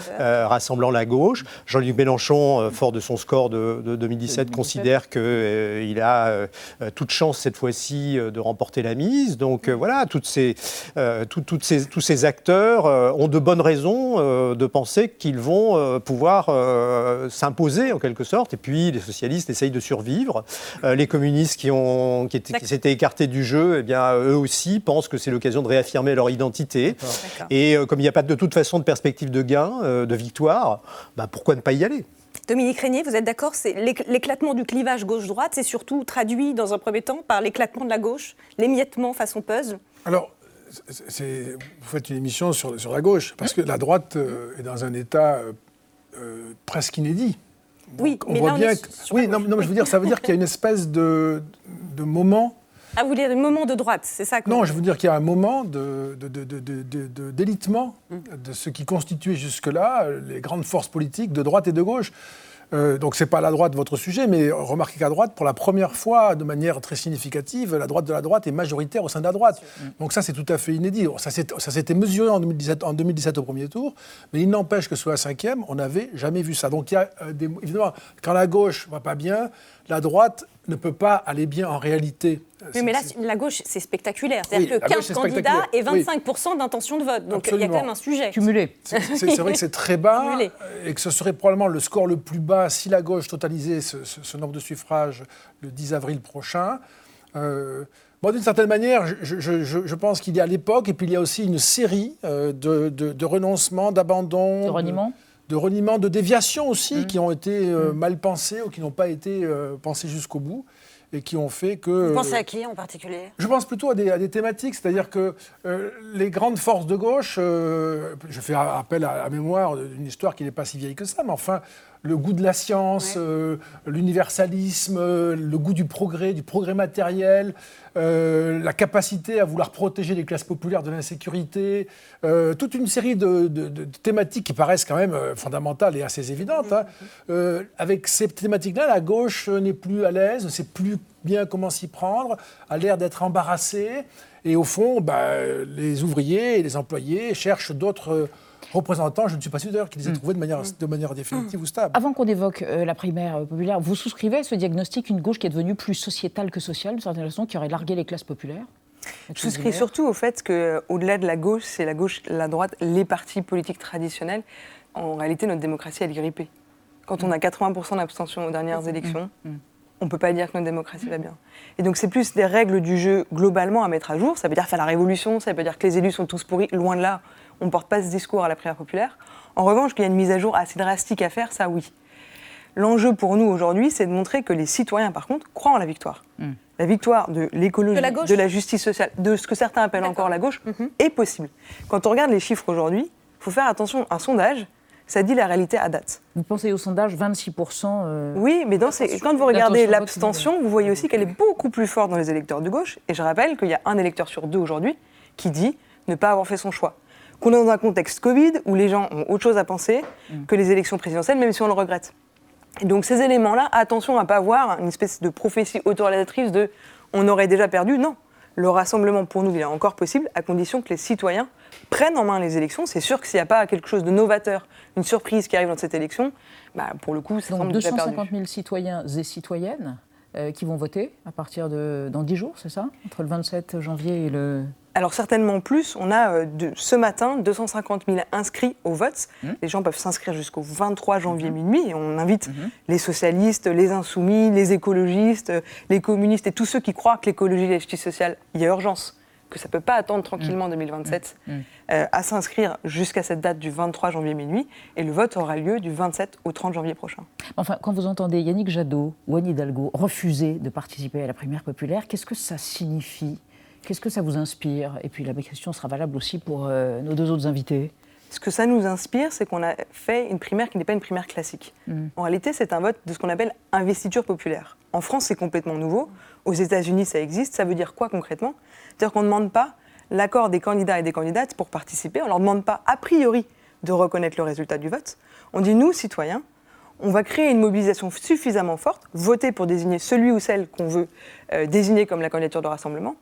rassemblant la gauche. Jean-Luc Mélenchon, euh, fort de son score de, de deux mille dix-sept, considère qu'il euh, a euh, toute chance cette fois-ci euh, de remporter la mise. Donc euh, voilà, toutes ces, euh, tout, toutes ces, tous ces acteurs euh, ont de bonnes raisons euh, de penser qu'ils vont euh, pouvoir euh, s'imposer en quelque sorte. Et puis les socialistes essayent de survivre. Euh, les communistes qui, ont, qui, étaient, qui s'étaient écartés du jeu, eh bien, eux aussi pensent que c'est l'occasion de réaffirmer leur identité. D'accord. Et euh, comme il n'y a pas de toute façon de perspective de gain, euh, de victoire, bah, pourquoi ne pas y aller ? Dominique Régnier, vous êtes d'accord, c'est l'éclatement du clivage gauche-droite, c'est surtout traduit dans un premier temps par l'éclatement de la gauche, l'émiettement façon puzzle. Alors, c'est, vous faites une émission sur, sur la gauche, parce que la droite euh, est dans un état euh, euh, presque inédit. Donc, oui, on mais voit là, on bien est que, sur oui, non, non, mais je veux dire, ça veut dire qu'il y a une espèce de, de moment. Ah, vous voulez dire un moment de droite, c'est ça que Non, vous... je veux dire qu'il y a un moment de, de, de, de, de, de, d'élitement mm. de ce qui constituait jusque-là les grandes forces politiques de droite et de gauche. Euh, donc, ce n'est pas la droite votre sujet, mais remarquez qu'à droite, pour la première fois, de manière très significative, la droite de la droite est majoritaire au sein de la droite. Mm. Donc ça, c'est tout à fait inédit. Ça, ça s'était mesuré en deux mille dix-sept, en deux mille dix-sept au premier tour, mais il n'empêche que sur la cinquième, on n'avait jamais vu ça. Donc, il y a euh, des, évidemment, quand la gauche ne va pas bien, la droite ne peut pas aller bien en réalité. Oui, mais là, la gauche, c'est spectaculaire. C'est-à-dire oui, que quinze candidats et vingt-cinq pour cent oui. d'intention de vote. Donc Absolument. Il y a quand même un sujet. Cumulé. C'est, c'est, c'est vrai que c'est très bas Cumulé. Et que ce serait probablement le score le plus bas si la gauche totalisait ce, ce, ce nombre de suffrages le dix avril prochain. Euh, Moi, d'une certaine manière, je, je, je, je pense qu'il y a l'époque et puis il y a aussi une série euh, de, de, de renoncements, d'abandons. De reniements de, de reniements, de déviations aussi, mmh. qui ont été euh, mmh. mal pensées ou qui n'ont pas été euh, pensées jusqu'au bout. Et qui ont fait que... Vous pensez à qui en particulier ? Je pense plutôt à des, à des thématiques, c'est-à-dire que euh, les grandes forces de gauche, euh, je fais appel à la mémoire d'une histoire qui n'est pas si vieille que ça, mais enfin, le goût de la science, ouais. euh, l'universalisme, euh, le goût du progrès, du progrès matériel, euh, la capacité à vouloir protéger les classes populaires de l'insécurité, euh, toute une série de, de, de thématiques qui paraissent quand même euh, fondamentales et assez évidentes. Hein. Euh, avec ces thématiques-là, la gauche n'est plus à l'aise, ne sait plus bien comment s'y prendre, a l'air d'être embarrassée. Et au fond, bah, les ouvriers et les employés cherchent d'autres... Euh, représentants, je ne suis pas sûr d'ailleurs qu'ils les aient trouvés de manière, de manière définitive mmh. ou stable. Avant qu'on évoque euh, la primaire populaire, vous souscrivez à ce diagnostic, une gauche qui est devenue plus sociétale que sociale, d'une certaine façon, qui aurait largué les classes populaires ? Je souscris surtout au fait qu'au-delà de la gauche, c'est la gauche, la droite, les partis politiques traditionnels. En réalité, notre démocratie, elle est grippée. Quand on a quatre-vingts pour cent d'abstention aux dernières mmh. élections, mmh. on ne peut pas dire que notre démocratie va bien. Et donc, c'est plus des règles du jeu globalement à mettre à jour. Ça veut dire faire la révolution, ça veut dire que les élus sont tous pourris, loin de là. On ne porte pas ce discours à la primaire populaire. En revanche, qu'il y a une mise à jour assez drastique à faire, ça oui. L'enjeu pour nous aujourd'hui, c'est de montrer que les citoyens, par contre, croient en la victoire. Mmh. La victoire de l'écologie, de la, de la justice sociale, de ce que certains appellent D'accord. encore la gauche, mmh. est possible. Quand on regarde les chiffres aujourd'hui, il faut faire attention, un sondage, ça dit la réalité à date. Vous pensez au sondage vingt-six pour cent euh... Oui, mais dans ces... quand vous regardez l'abstention, vous voyez aussi qu'elle est beaucoup plus forte dans les électeurs de gauche. Et je rappelle qu'il y a un électeur sur deux aujourd'hui qui dit ne pas avoir fait son choix. Qu'on est dans un contexte Covid où les gens ont autre chose à penser mmh. que les élections présidentielles, même si on le regrette. Et donc ces éléments-là, attention à ne pas avoir une espèce de prophétie autoréalisatrice de « on aurait déjà perdu ». Non, le rassemblement pour nous, il est encore possible à condition que les citoyens prennent en main les élections. C'est sûr que s'il n'y a pas quelque chose de novateur, une surprise qui arrive dans cette élection, bah, pour le coup, ça semble déjà perdu. deux cent cinquante mille citoyens et citoyennes euh, qui vont voter à partir de dans dix jours, c'est ça ? Entre le vingt-sept janvier et le... Alors certainement plus, on a euh, de, ce matin deux cent cinquante mille inscrits au vote. Mmh. Les gens peuvent s'inscrire jusqu'au vingt-trois janvier mmh. minuit et on invite mmh. les socialistes, les insoumis, les écologistes, les communistes et tous ceux qui croient que l'écologie et la justice sociale, il y a urgence, que ça ne peut pas attendre tranquillement mmh. deux mille vingt-sept, mmh. euh, à s'inscrire jusqu'à cette date du vingt-trois janvier minuit et le vote aura lieu du vingt-sept au trente janvier prochain. Enfin, quand vous entendez Yannick Jadot ou Anne Hidalgo refuser de participer à la primaire populaire, qu'est-ce que ça signifie ? Qu'est-ce que ça vous inspire ? Et puis la question sera valable aussi pour euh, nos deux autres invités. Ce que ça nous inspire, c'est qu'on a fait une primaire qui n'est pas une primaire classique. Mmh. En réalité, c'est un vote de ce qu'on appelle investiture populaire. En France, c'est complètement nouveau. Aux États-Unis, ça existe. Ça veut dire quoi concrètement ? C'est-à-dire qu'on ne demande pas l'accord des candidats et des candidates pour participer. On ne leur demande pas, a priori, de reconnaître le résultat du vote. On dit, nous, citoyens, on va créer une mobilisation suffisamment forte, voter pour désigner celui ou celle qu'on veut euh, désigner comme la candidature de rassemblement.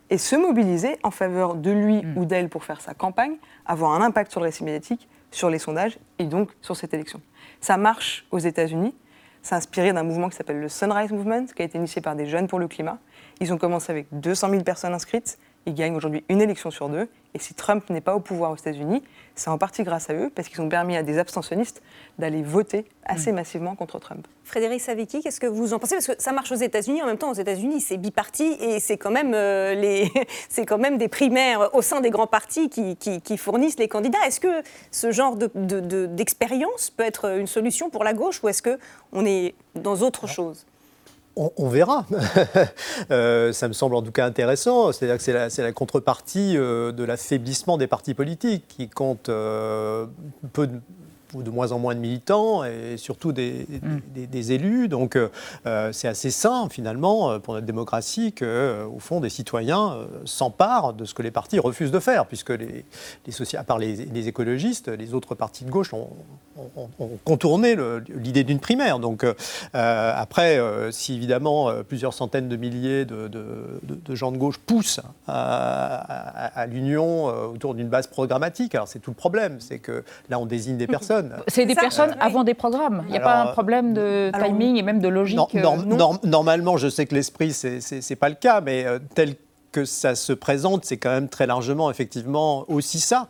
et se mobiliser en faveur de lui mmh. ou d'elle pour faire sa campagne, avoir un impact sur le récit médiatique, sur les sondages et donc sur cette élection. Ça marche aux États-Unis. C'est inspiré d'un mouvement qui s'appelle le Sunrise Movement, qui a été initié par des jeunes pour le climat. Ils ont commencé avec deux cent mille personnes inscrites. Ils gagnent aujourd'hui une élection sur deux. Et si Trump n'est pas au pouvoir aux États-Unis, c'est en partie grâce à eux, parce qu'ils ont permis à des abstentionnistes d'aller voter assez mmh. massivement contre Trump. Frédéric Savicki, qu'est-ce que vous en pensez ? Parce que ça marche aux États-Unis, en même temps aux États-Unis c'est biparti et c'est quand même, euh, les... c'est quand même des primaires au sein des grands partis qui, qui, qui fournissent les candidats. Est-ce que ce genre de, de, de, d'expérience peut être une solution pour la gauche ou est-ce qu'on est dans autre chose ? On, on verra. euh, ça me semble en tout cas intéressant. C'est-à-dire que c'est la, c'est la contrepartie euh, de l'affaiblissement des partis politiques qui comptent euh, peu de, ou de moins en moins de militants et surtout des, mm. des, des élus. Donc euh, c'est assez sain finalement pour notre démocratie qu'au euh, fond des citoyens euh, s'emparent de ce que les partis refusent de faire, puisque les, les soci... à part les, les écologistes, les autres partis de gauche ont, ont, ont contourné le, l'idée d'une primaire. Donc euh, après, euh, si évidemment euh, plusieurs centaines de milliers de, de, de, de gens de gauche poussent à, à, à l'union euh, autour d'une base programmatique, alors c'est tout le problème, c'est que là on désigne des personnes. C'est des personnes euh, avant des programmes. Il n'y a alors, pas un problème de timing alors, et même de logique. Non, norm, norm, normalement, je sais que l'esprit, c'est, c'est, c'est pas le cas, mais euh, tel que ça se présente, c'est quand même très largement, effectivement, aussi ça.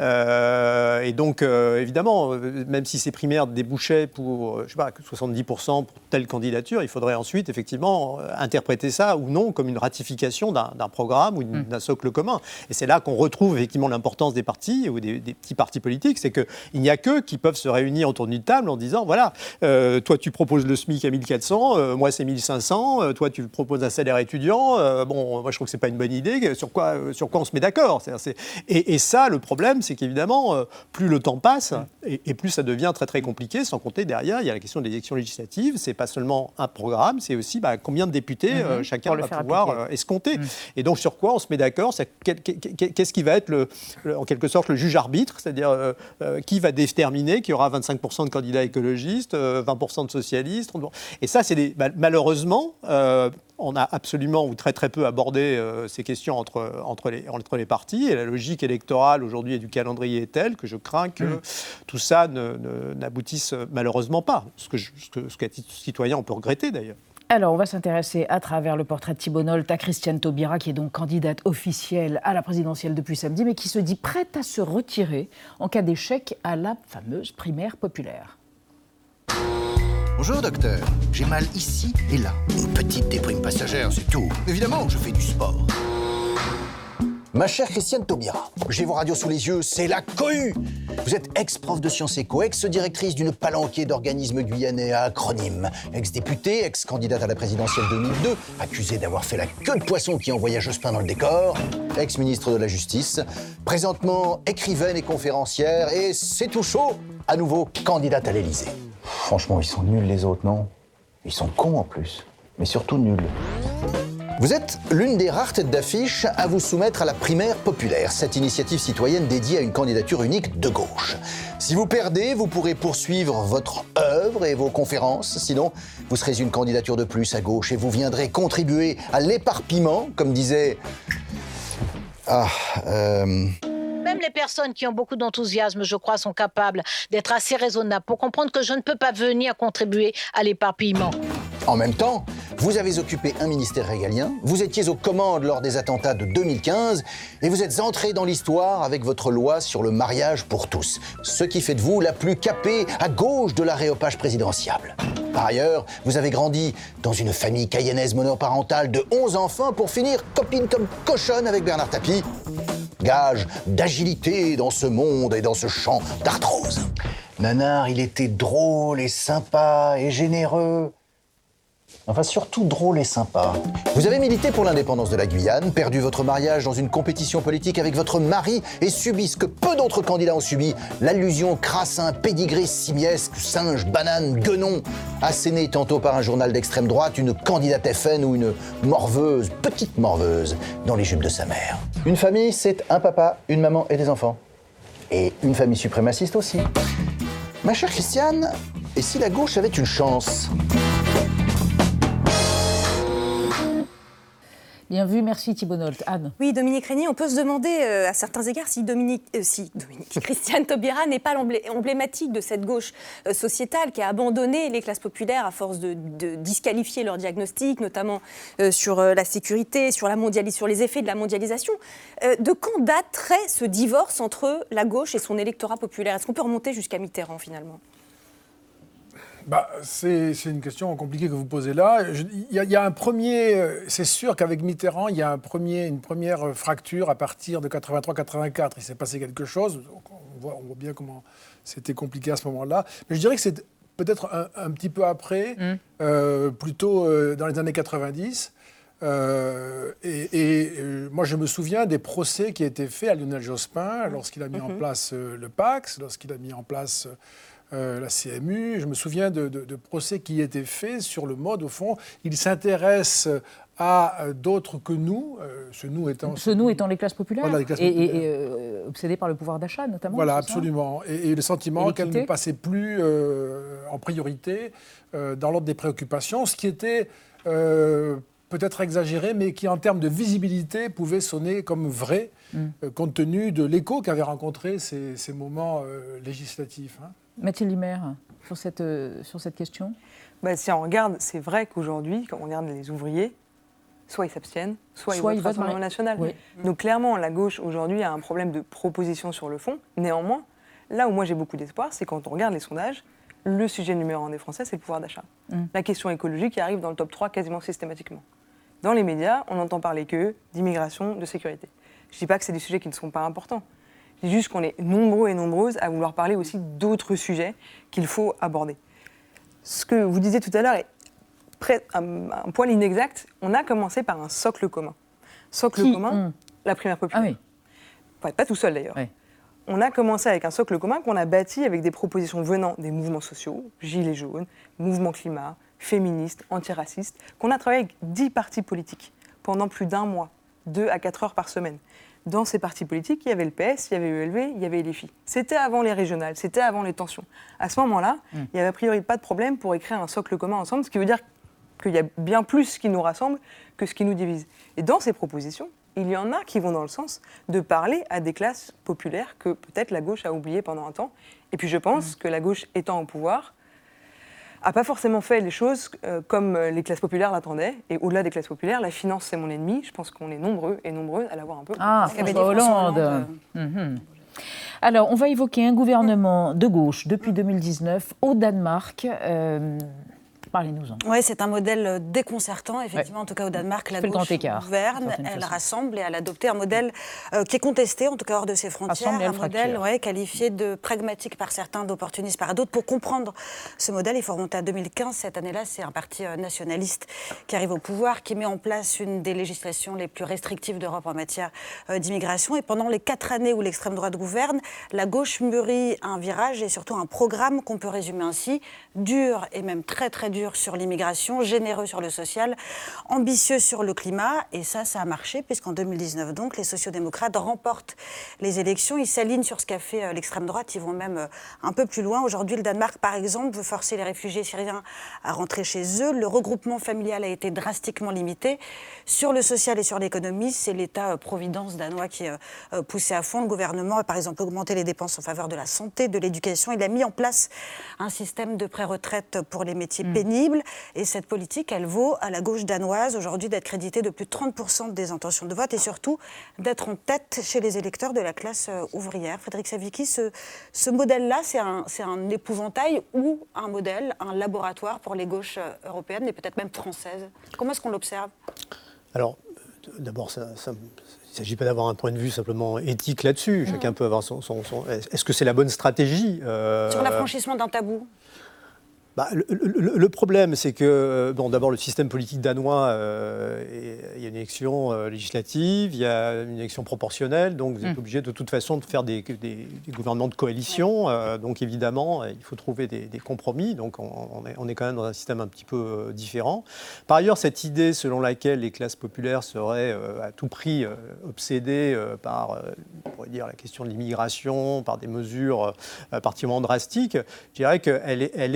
Euh, et donc, euh, évidemment, même si ces primaires débouchaient pour, je sais pas, soixante-dix pour cent pour telle candidature, il faudrait ensuite, effectivement, interpréter ça ou non comme une ratification d'un, d'un programme ou une, mmh. d'un socle commun. Et c'est là qu'on retrouve, effectivement, l'importance des partis ou des, des petits partis politiques, c'est qu'il n'y a qu'eux qui peuvent se réunir autour d'une table en disant, voilà, euh, toi, tu proposes le SMIC à mille quatre cents, euh, moi, c'est mille cinq cents, euh, toi, tu proposes un salaire étudiant, euh, bon, moi, je trouve que c'est pas une bonne idée, sur quoi, sur quoi on se met d'accord. C'est, c'est... Et, et ça, le problème, c'est qu'évidemment, euh, plus le temps passe, et, et plus ça devient très très compliqué, sans compter derrière, il y a la question des élections législatives, c'est pas seulement un programme, c'est aussi bah, combien de députés mmh, euh, chacun va pouvoir euh, escompter. Mmh. Et donc sur quoi on se met d'accord, c'est, qu'est-ce qui va être, le, le, en quelque sorte, le juge arbitre, c'est-à-dire euh, euh, qui va déterminer qu'il y aura vingt-cinq pour cent de candidats écologistes, euh, vingt pour cent de socialistes. Et ça, c'est des, bah, malheureusement, euh, on a absolument ou très très peu abordé euh, ces questions entre, entre, les, entre les partis, et la logique électorale aujourd'hui et du calendrier est telle que je crains que mmh. tout ça ne, ne, n'aboutisse malheureusement pas, ce que, je, ce que, ce qu'à titre citoyen on peut regretter d'ailleurs. Alors, on va s'intéresser à travers le portrait de Thibault Nolte à Christiane Taubira, qui est donc candidate officielle à la présidentielle depuis samedi, mais qui se dit prête à se retirer en cas d'échec à la fameuse primaire populaire. Bonjour docteur, j'ai mal ici et là. Une petite déprime passagère, c'est tout. Évidemment, je fais du sport. Ma chère Christiane Taubira, j'ai vos radios sous les yeux, c'est la cohue. Vous êtes ex-prof de sciences éco, ex-directrice d'une palanquée d'organismes guyanais à acronymes, ex-députée, ex-candidate à la présidentielle deux mille deux, accusée d'avoir fait la queue de poisson qui envoyait Jospin dans le décor, ex-ministre de la Justice, présentement écrivaine et conférencière, et c'est tout chaud, à nouveau candidate à l'Élysée. Franchement, ils sont nuls les autres, non? Ils sont cons en plus, mais surtout nuls. Vous êtes l'une des rares têtes d'affiche à vous soumettre à la primaire populaire, cette initiative citoyenne dédiée à une candidature unique de gauche. Si vous perdez, vous pourrez poursuivre votre œuvre et vos conférences, sinon vous serez une candidature de plus à gauche et vous viendrez contribuer à l'éparpillement, comme disait... Ah, euh... Même les personnes qui ont beaucoup d'enthousiasme, je crois, sont capables d'être assez raisonnables pour comprendre que je ne peux pas venir contribuer à l'éparpillement. En même temps, vous avez occupé un ministère régalien, vous étiez aux commandes lors des attentats de deux mille quinze et vous êtes entré dans l'histoire avec votre loi sur le mariage pour tous, ce qui fait de vous la plus capée à gauche de l'aréopage présidentiable. Par ailleurs, vous avez grandi dans une famille cayennaise monoparentale de onze enfants pour finir copine comme cochonne avec Bernard Tapie. Gage d'agilité dans ce monde et dans ce champ d'arthrose. Nanar, il était drôle et sympa et généreux. Enfin, surtout drôle et sympa. Vous avez milité pour l'indépendance de la Guyane, perdu votre mariage dans une compétition politique avec votre mari et subi ce que peu d'autres candidats ont subi, l'allusion crassin, pédigré, simiesque, singe, banane, guenon, assénée tantôt par un journal d'extrême droite, une candidate F N ou une morveuse, petite morveuse, dans les jupes de sa mère. Une famille, c'est un papa, une maman et des enfants. Et une famille suprémaciste aussi. Ma chère Christiane, et si la gauche avait une chance ? Bien vu, merci Thibault Nolte. Anne. Oui, Dominique Régnier, on peut se demander euh, à certains égards si Dominique, euh, si Dominique Christiane Taubira n'est pas emblématique de cette gauche euh, sociétale qui a abandonné les classes populaires à force de, de disqualifier leur diagnostic, notamment euh, sur euh, la sécurité, sur, la mondialis- sur les effets de la mondialisation. Euh, de quand daterait ce divorce entre la gauche et son électorat populaire ? Est-ce qu'on peut remonter jusqu'à Mitterrand finalement ? Bah, c'est, c'est une question compliquée que vous posez là. Il y, y a un premier, c'est sûr qu'avec Mitterrand, il y a un premier, une première fracture à partir de quatre-vingt-trois quatre-vingt-quatre. Il s'est passé quelque chose. On voit, on voit bien comment c'était compliqué à ce moment-là. Mais je dirais que c'est peut-être un, un petit peu après, mmh. euh, plutôt euh, dans les années quatre-vingt-dix. Euh, et, et euh, moi, je me souviens des procès qui étaient faits à Lionel Jospin lorsqu'il a mis mmh. en place euh, le P A C, lorsqu'il a mis en place... Euh, Euh, la C M U, je me souviens de, de, de procès qui étaient faits sur le mode, au fond, il s'intéresse à euh, d'autres que nous, euh, ce nous étant... Ce nous étant les classes populaires, voilà, les classes et, populaires. et, et euh, obsédés par le pouvoir d'achat, notamment. Voilà, absolument. Et, et le sentiment qu'elle ne passait plus euh, en priorité euh, dans l'ordre des préoccupations, ce qui était... Euh, peut-être exagéré, mais qui, en termes de visibilité, pouvait sonner comme vrai, mm. euh, compte tenu de l'écho qu'avaient rencontré ces, ces moments euh, législatifs. Hein. Mathilde Limer, sur cette, euh, sur cette question bah, si on regarde, c'est vrai qu'aujourd'hui, quand on regarde les ouvriers, soit ils s'abstiennent, soit, soit ils votent au Rassemblement national. Oui. Donc clairement, la gauche, aujourd'hui, a un problème de proposition sur le fond. Néanmoins, là où moi j'ai beaucoup d'espoir, c'est quand on regarde les sondages, le sujet numéro un des Français, c'est le pouvoir d'achat. Mm. La question écologique qui arrive dans le top trois quasiment systématiquement. Dans les médias, on n'entend parler que d'immigration, de sécurité. Je ne dis pas que c'est des sujets qui ne sont pas importants. Je dis juste qu'on est nombreux et nombreuses à vouloir parler aussi d'autres sujets qu'il faut aborder. Ce que vous disiez tout à l'heure est près, un, un poil inexact. On a commencé par un socle commun. Socle qui, commun, hum. la primaire populaire. Ah oui. Enfin, pas tout seul d'ailleurs. Oui. On a commencé avec un socle commun qu'on a bâti avec des propositions venant des mouvements sociaux, Gilets jaunes, mouvement climat, féministes, antiracistes, qu'on a travaillé avec dix partis politiques pendant plus d'un mois, deux à quatre heures par semaine. Dans ces partis politiques, il y avait le P S, il y avait E L V, il y avait L F I. C'était avant les régionales, c'était avant les tensions. À ce moment-là, mmh. il n'y avait a priori pas de problème pour écrire un socle commun ensemble, ce qui veut dire qu'il y a bien plus qui nous rassemble que ce qui nous divise. Et dans ces propositions, il y en a qui vont dans le sens de parler à des classes populaires que peut-être la gauche a oubliées pendant un temps. Et puis je pense mmh. que la gauche étant au pouvoir, n'a pas forcément fait les choses euh, comme les classes populaires l'attendaient. Et au-delà des classes populaires, la finance, c'est mon ennemi. Je pense qu'on est nombreux et nombreuses à l'avoir un peu. Ah, François Hollande. Hollande. Mmh. Alors, on va évoquer un gouvernement de gauche depuis deux mille dix-neuf au Danemark. Euh, Parlez-nous-en. Oui, c'est un modèle déconcertant, effectivement, ouais. en tout cas au Danemark. La gauche gouverne, elle façon. rassemble et elle a adopté un modèle euh, qui est contesté, en tout cas hors de ses frontières, un modèle ouais, qualifié de pragmatique par certains, d'opportuniste par d'autres. Pour comprendre ce modèle, il faut remonter à deux mille quinze. Cette année-là, c'est un parti euh, nationaliste qui arrive au pouvoir, qui met en place une des législations les plus restrictives d'Europe en matière euh, d'immigration. Et pendant les quatre années où l'extrême droite gouverne, la gauche mûrit un virage et surtout un programme qu'on peut résumer ainsi, dur et même très très dur sur l'immigration, généreux sur le social, ambitieux sur le climat. Et ça, ça a marché, puisqu'en deux mille dix-neuf, donc, les sociodémocrates remportent les élections. Ils s'alignent sur ce qu'a fait euh, l'extrême droite. Ils vont même euh, un peu plus loin. Aujourd'hui, le Danemark, par exemple, veut forcer les réfugiés syriens à rentrer chez eux. Le regroupement familial a été drastiquement limité. Sur le social et sur l'économie, c'est l'État-providence danois qui est euh, poussé à fond. Le gouvernement a, par exemple, augmenté les dépenses en faveur de la santé, de l'éducation. Il a mis en place un système de pré-retraite pour les métiers mmh. pénibles. Et cette politique, elle vaut à la gauche danoise aujourd'hui d'être créditée de plus de trente pour cent des intentions de vote et surtout d'être en tête chez les électeurs de la classe ouvrière. Frédéric Savicki, ce, ce modèle-là, c'est un, c'est un épouvantail ou un modèle, un laboratoire pour les gauches européennes et peut-être même françaises. Comment est-ce qu'on l'observe ? Alors, d'abord, ça... ça... Il ne s'agit pas d'avoir un point de vue simplement éthique là-dessus. Mmh. Chacun peut avoir son, son, son... Est-ce que c'est la bonne stratégie euh... Sur l'affranchissement d'un tabou ? Bah, le, le, le problème, c'est que, bon, d'abord, le système politique danois, euh, il y a une élection euh, législative, il y a une élection proportionnelle, donc vous êtes mmh. obligé de toute façon de faire des, des, des gouvernements de coalition. Euh, donc, évidemment, il faut trouver des, des compromis. Donc, on, on, est, on est quand même dans un système un petit peu euh, différent. Par ailleurs, cette idée selon laquelle les classes populaires seraient euh, à tout prix euh, obsédées euh, par, euh, on pourrait dire, la question de l'immigration, par des mesures euh, particulièrement drastiques, je dirais qu'elle est... Elle est euh,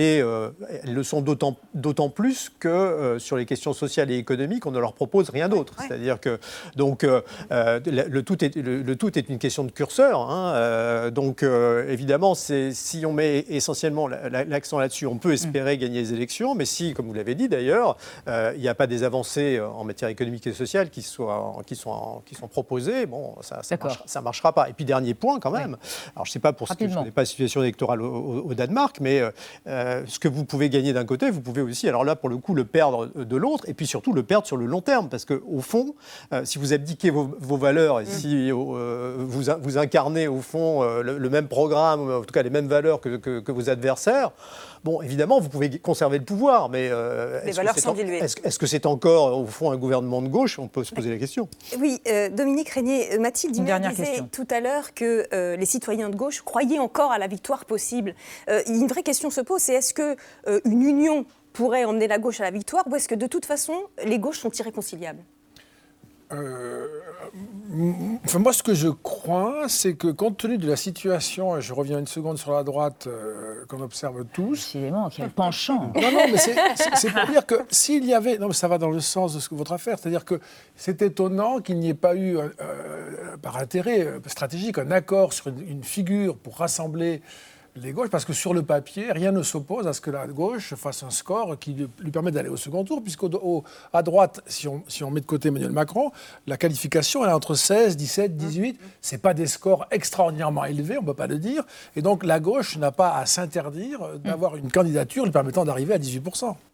elles le sont d'autant, d'autant plus que euh, sur les questions sociales et économiques, on ne leur propose rien d'autre. Ouais. C'est-à-dire que donc, euh, le, le, tout est, le, le tout est une question de curseur. Hein, euh, donc, euh, évidemment, c'est, si on met essentiellement la, la, l'accent là-dessus, on peut espérer mmh. gagner les élections. Mais si, comme vous l'avez dit d'ailleurs, euh, il n'y a pas des avancées en matière économique et sociale qui, soient, qui, sont, qui sont proposées, bon, ça ne marchera, marchera pas. Et puis, dernier point quand même. Oui. Alors, je ne sais pas pour ce que je ne connais pas la situation électorale au, au, au Danemark, mais euh, ce que vous pouvez gagner d'un côté, vous pouvez aussi, alors là, pour le coup, le perdre de l'autre, et puis surtout le perdre sur le long terme. Parce qu'au fond, euh, si vous abdiquez vos, vos valeurs et mmh. si euh, vous, vous incarnez au fond euh, le, le même programme, en tout cas les mêmes valeurs que, que, que vos adversaires, bon, évidemment, vous pouvez conserver le pouvoir, mais euh, les valeurs sont diluées. Est-ce, est-ce que c'est encore, au fond, un gouvernement de gauche? On peut se poser la question. Oui, euh, Dominique Régnier, Mathilde Dimer disait question. tout à l'heure que euh, les citoyens de gauche croyaient encore à la victoire possible. Euh, une vraie question se pose, c'est est-ce qu'une euh, union pourrait emmener la gauche à la victoire, ou est-ce que de toute façon, les gauches sont irréconciliables? Euh, enfin, moi, ce que je crois, c'est que compte tenu de la situation, et je reviens une seconde sur la droite, euh, qu'on observe tous... Décidément, quel penchant. Non, non, mais c'est, c'est, c'est pour dire que s'il y avait... Non, mais ça va dans le sens de ce que votre affaire, c'est-à-dire que c'est étonnant qu'il n'y ait pas eu, euh, par intérêt stratégique, un accord sur une, une figure pour rassembler les gauches, parce que sur le papier, rien ne s'oppose à ce que la gauche fasse un score qui lui permet d'aller au second tour, puisqu'à droite, si on, si on met de côté Emmanuel Macron, la qualification, elle est entre seize, dix-sept, dix-huit. Ce n'est pas des scores extraordinairement élevés, on ne peut pas le dire. Et donc, la gauche n'a pas à s'interdire d'avoir une candidature lui permettant d'arriver à dix-huit pour cent.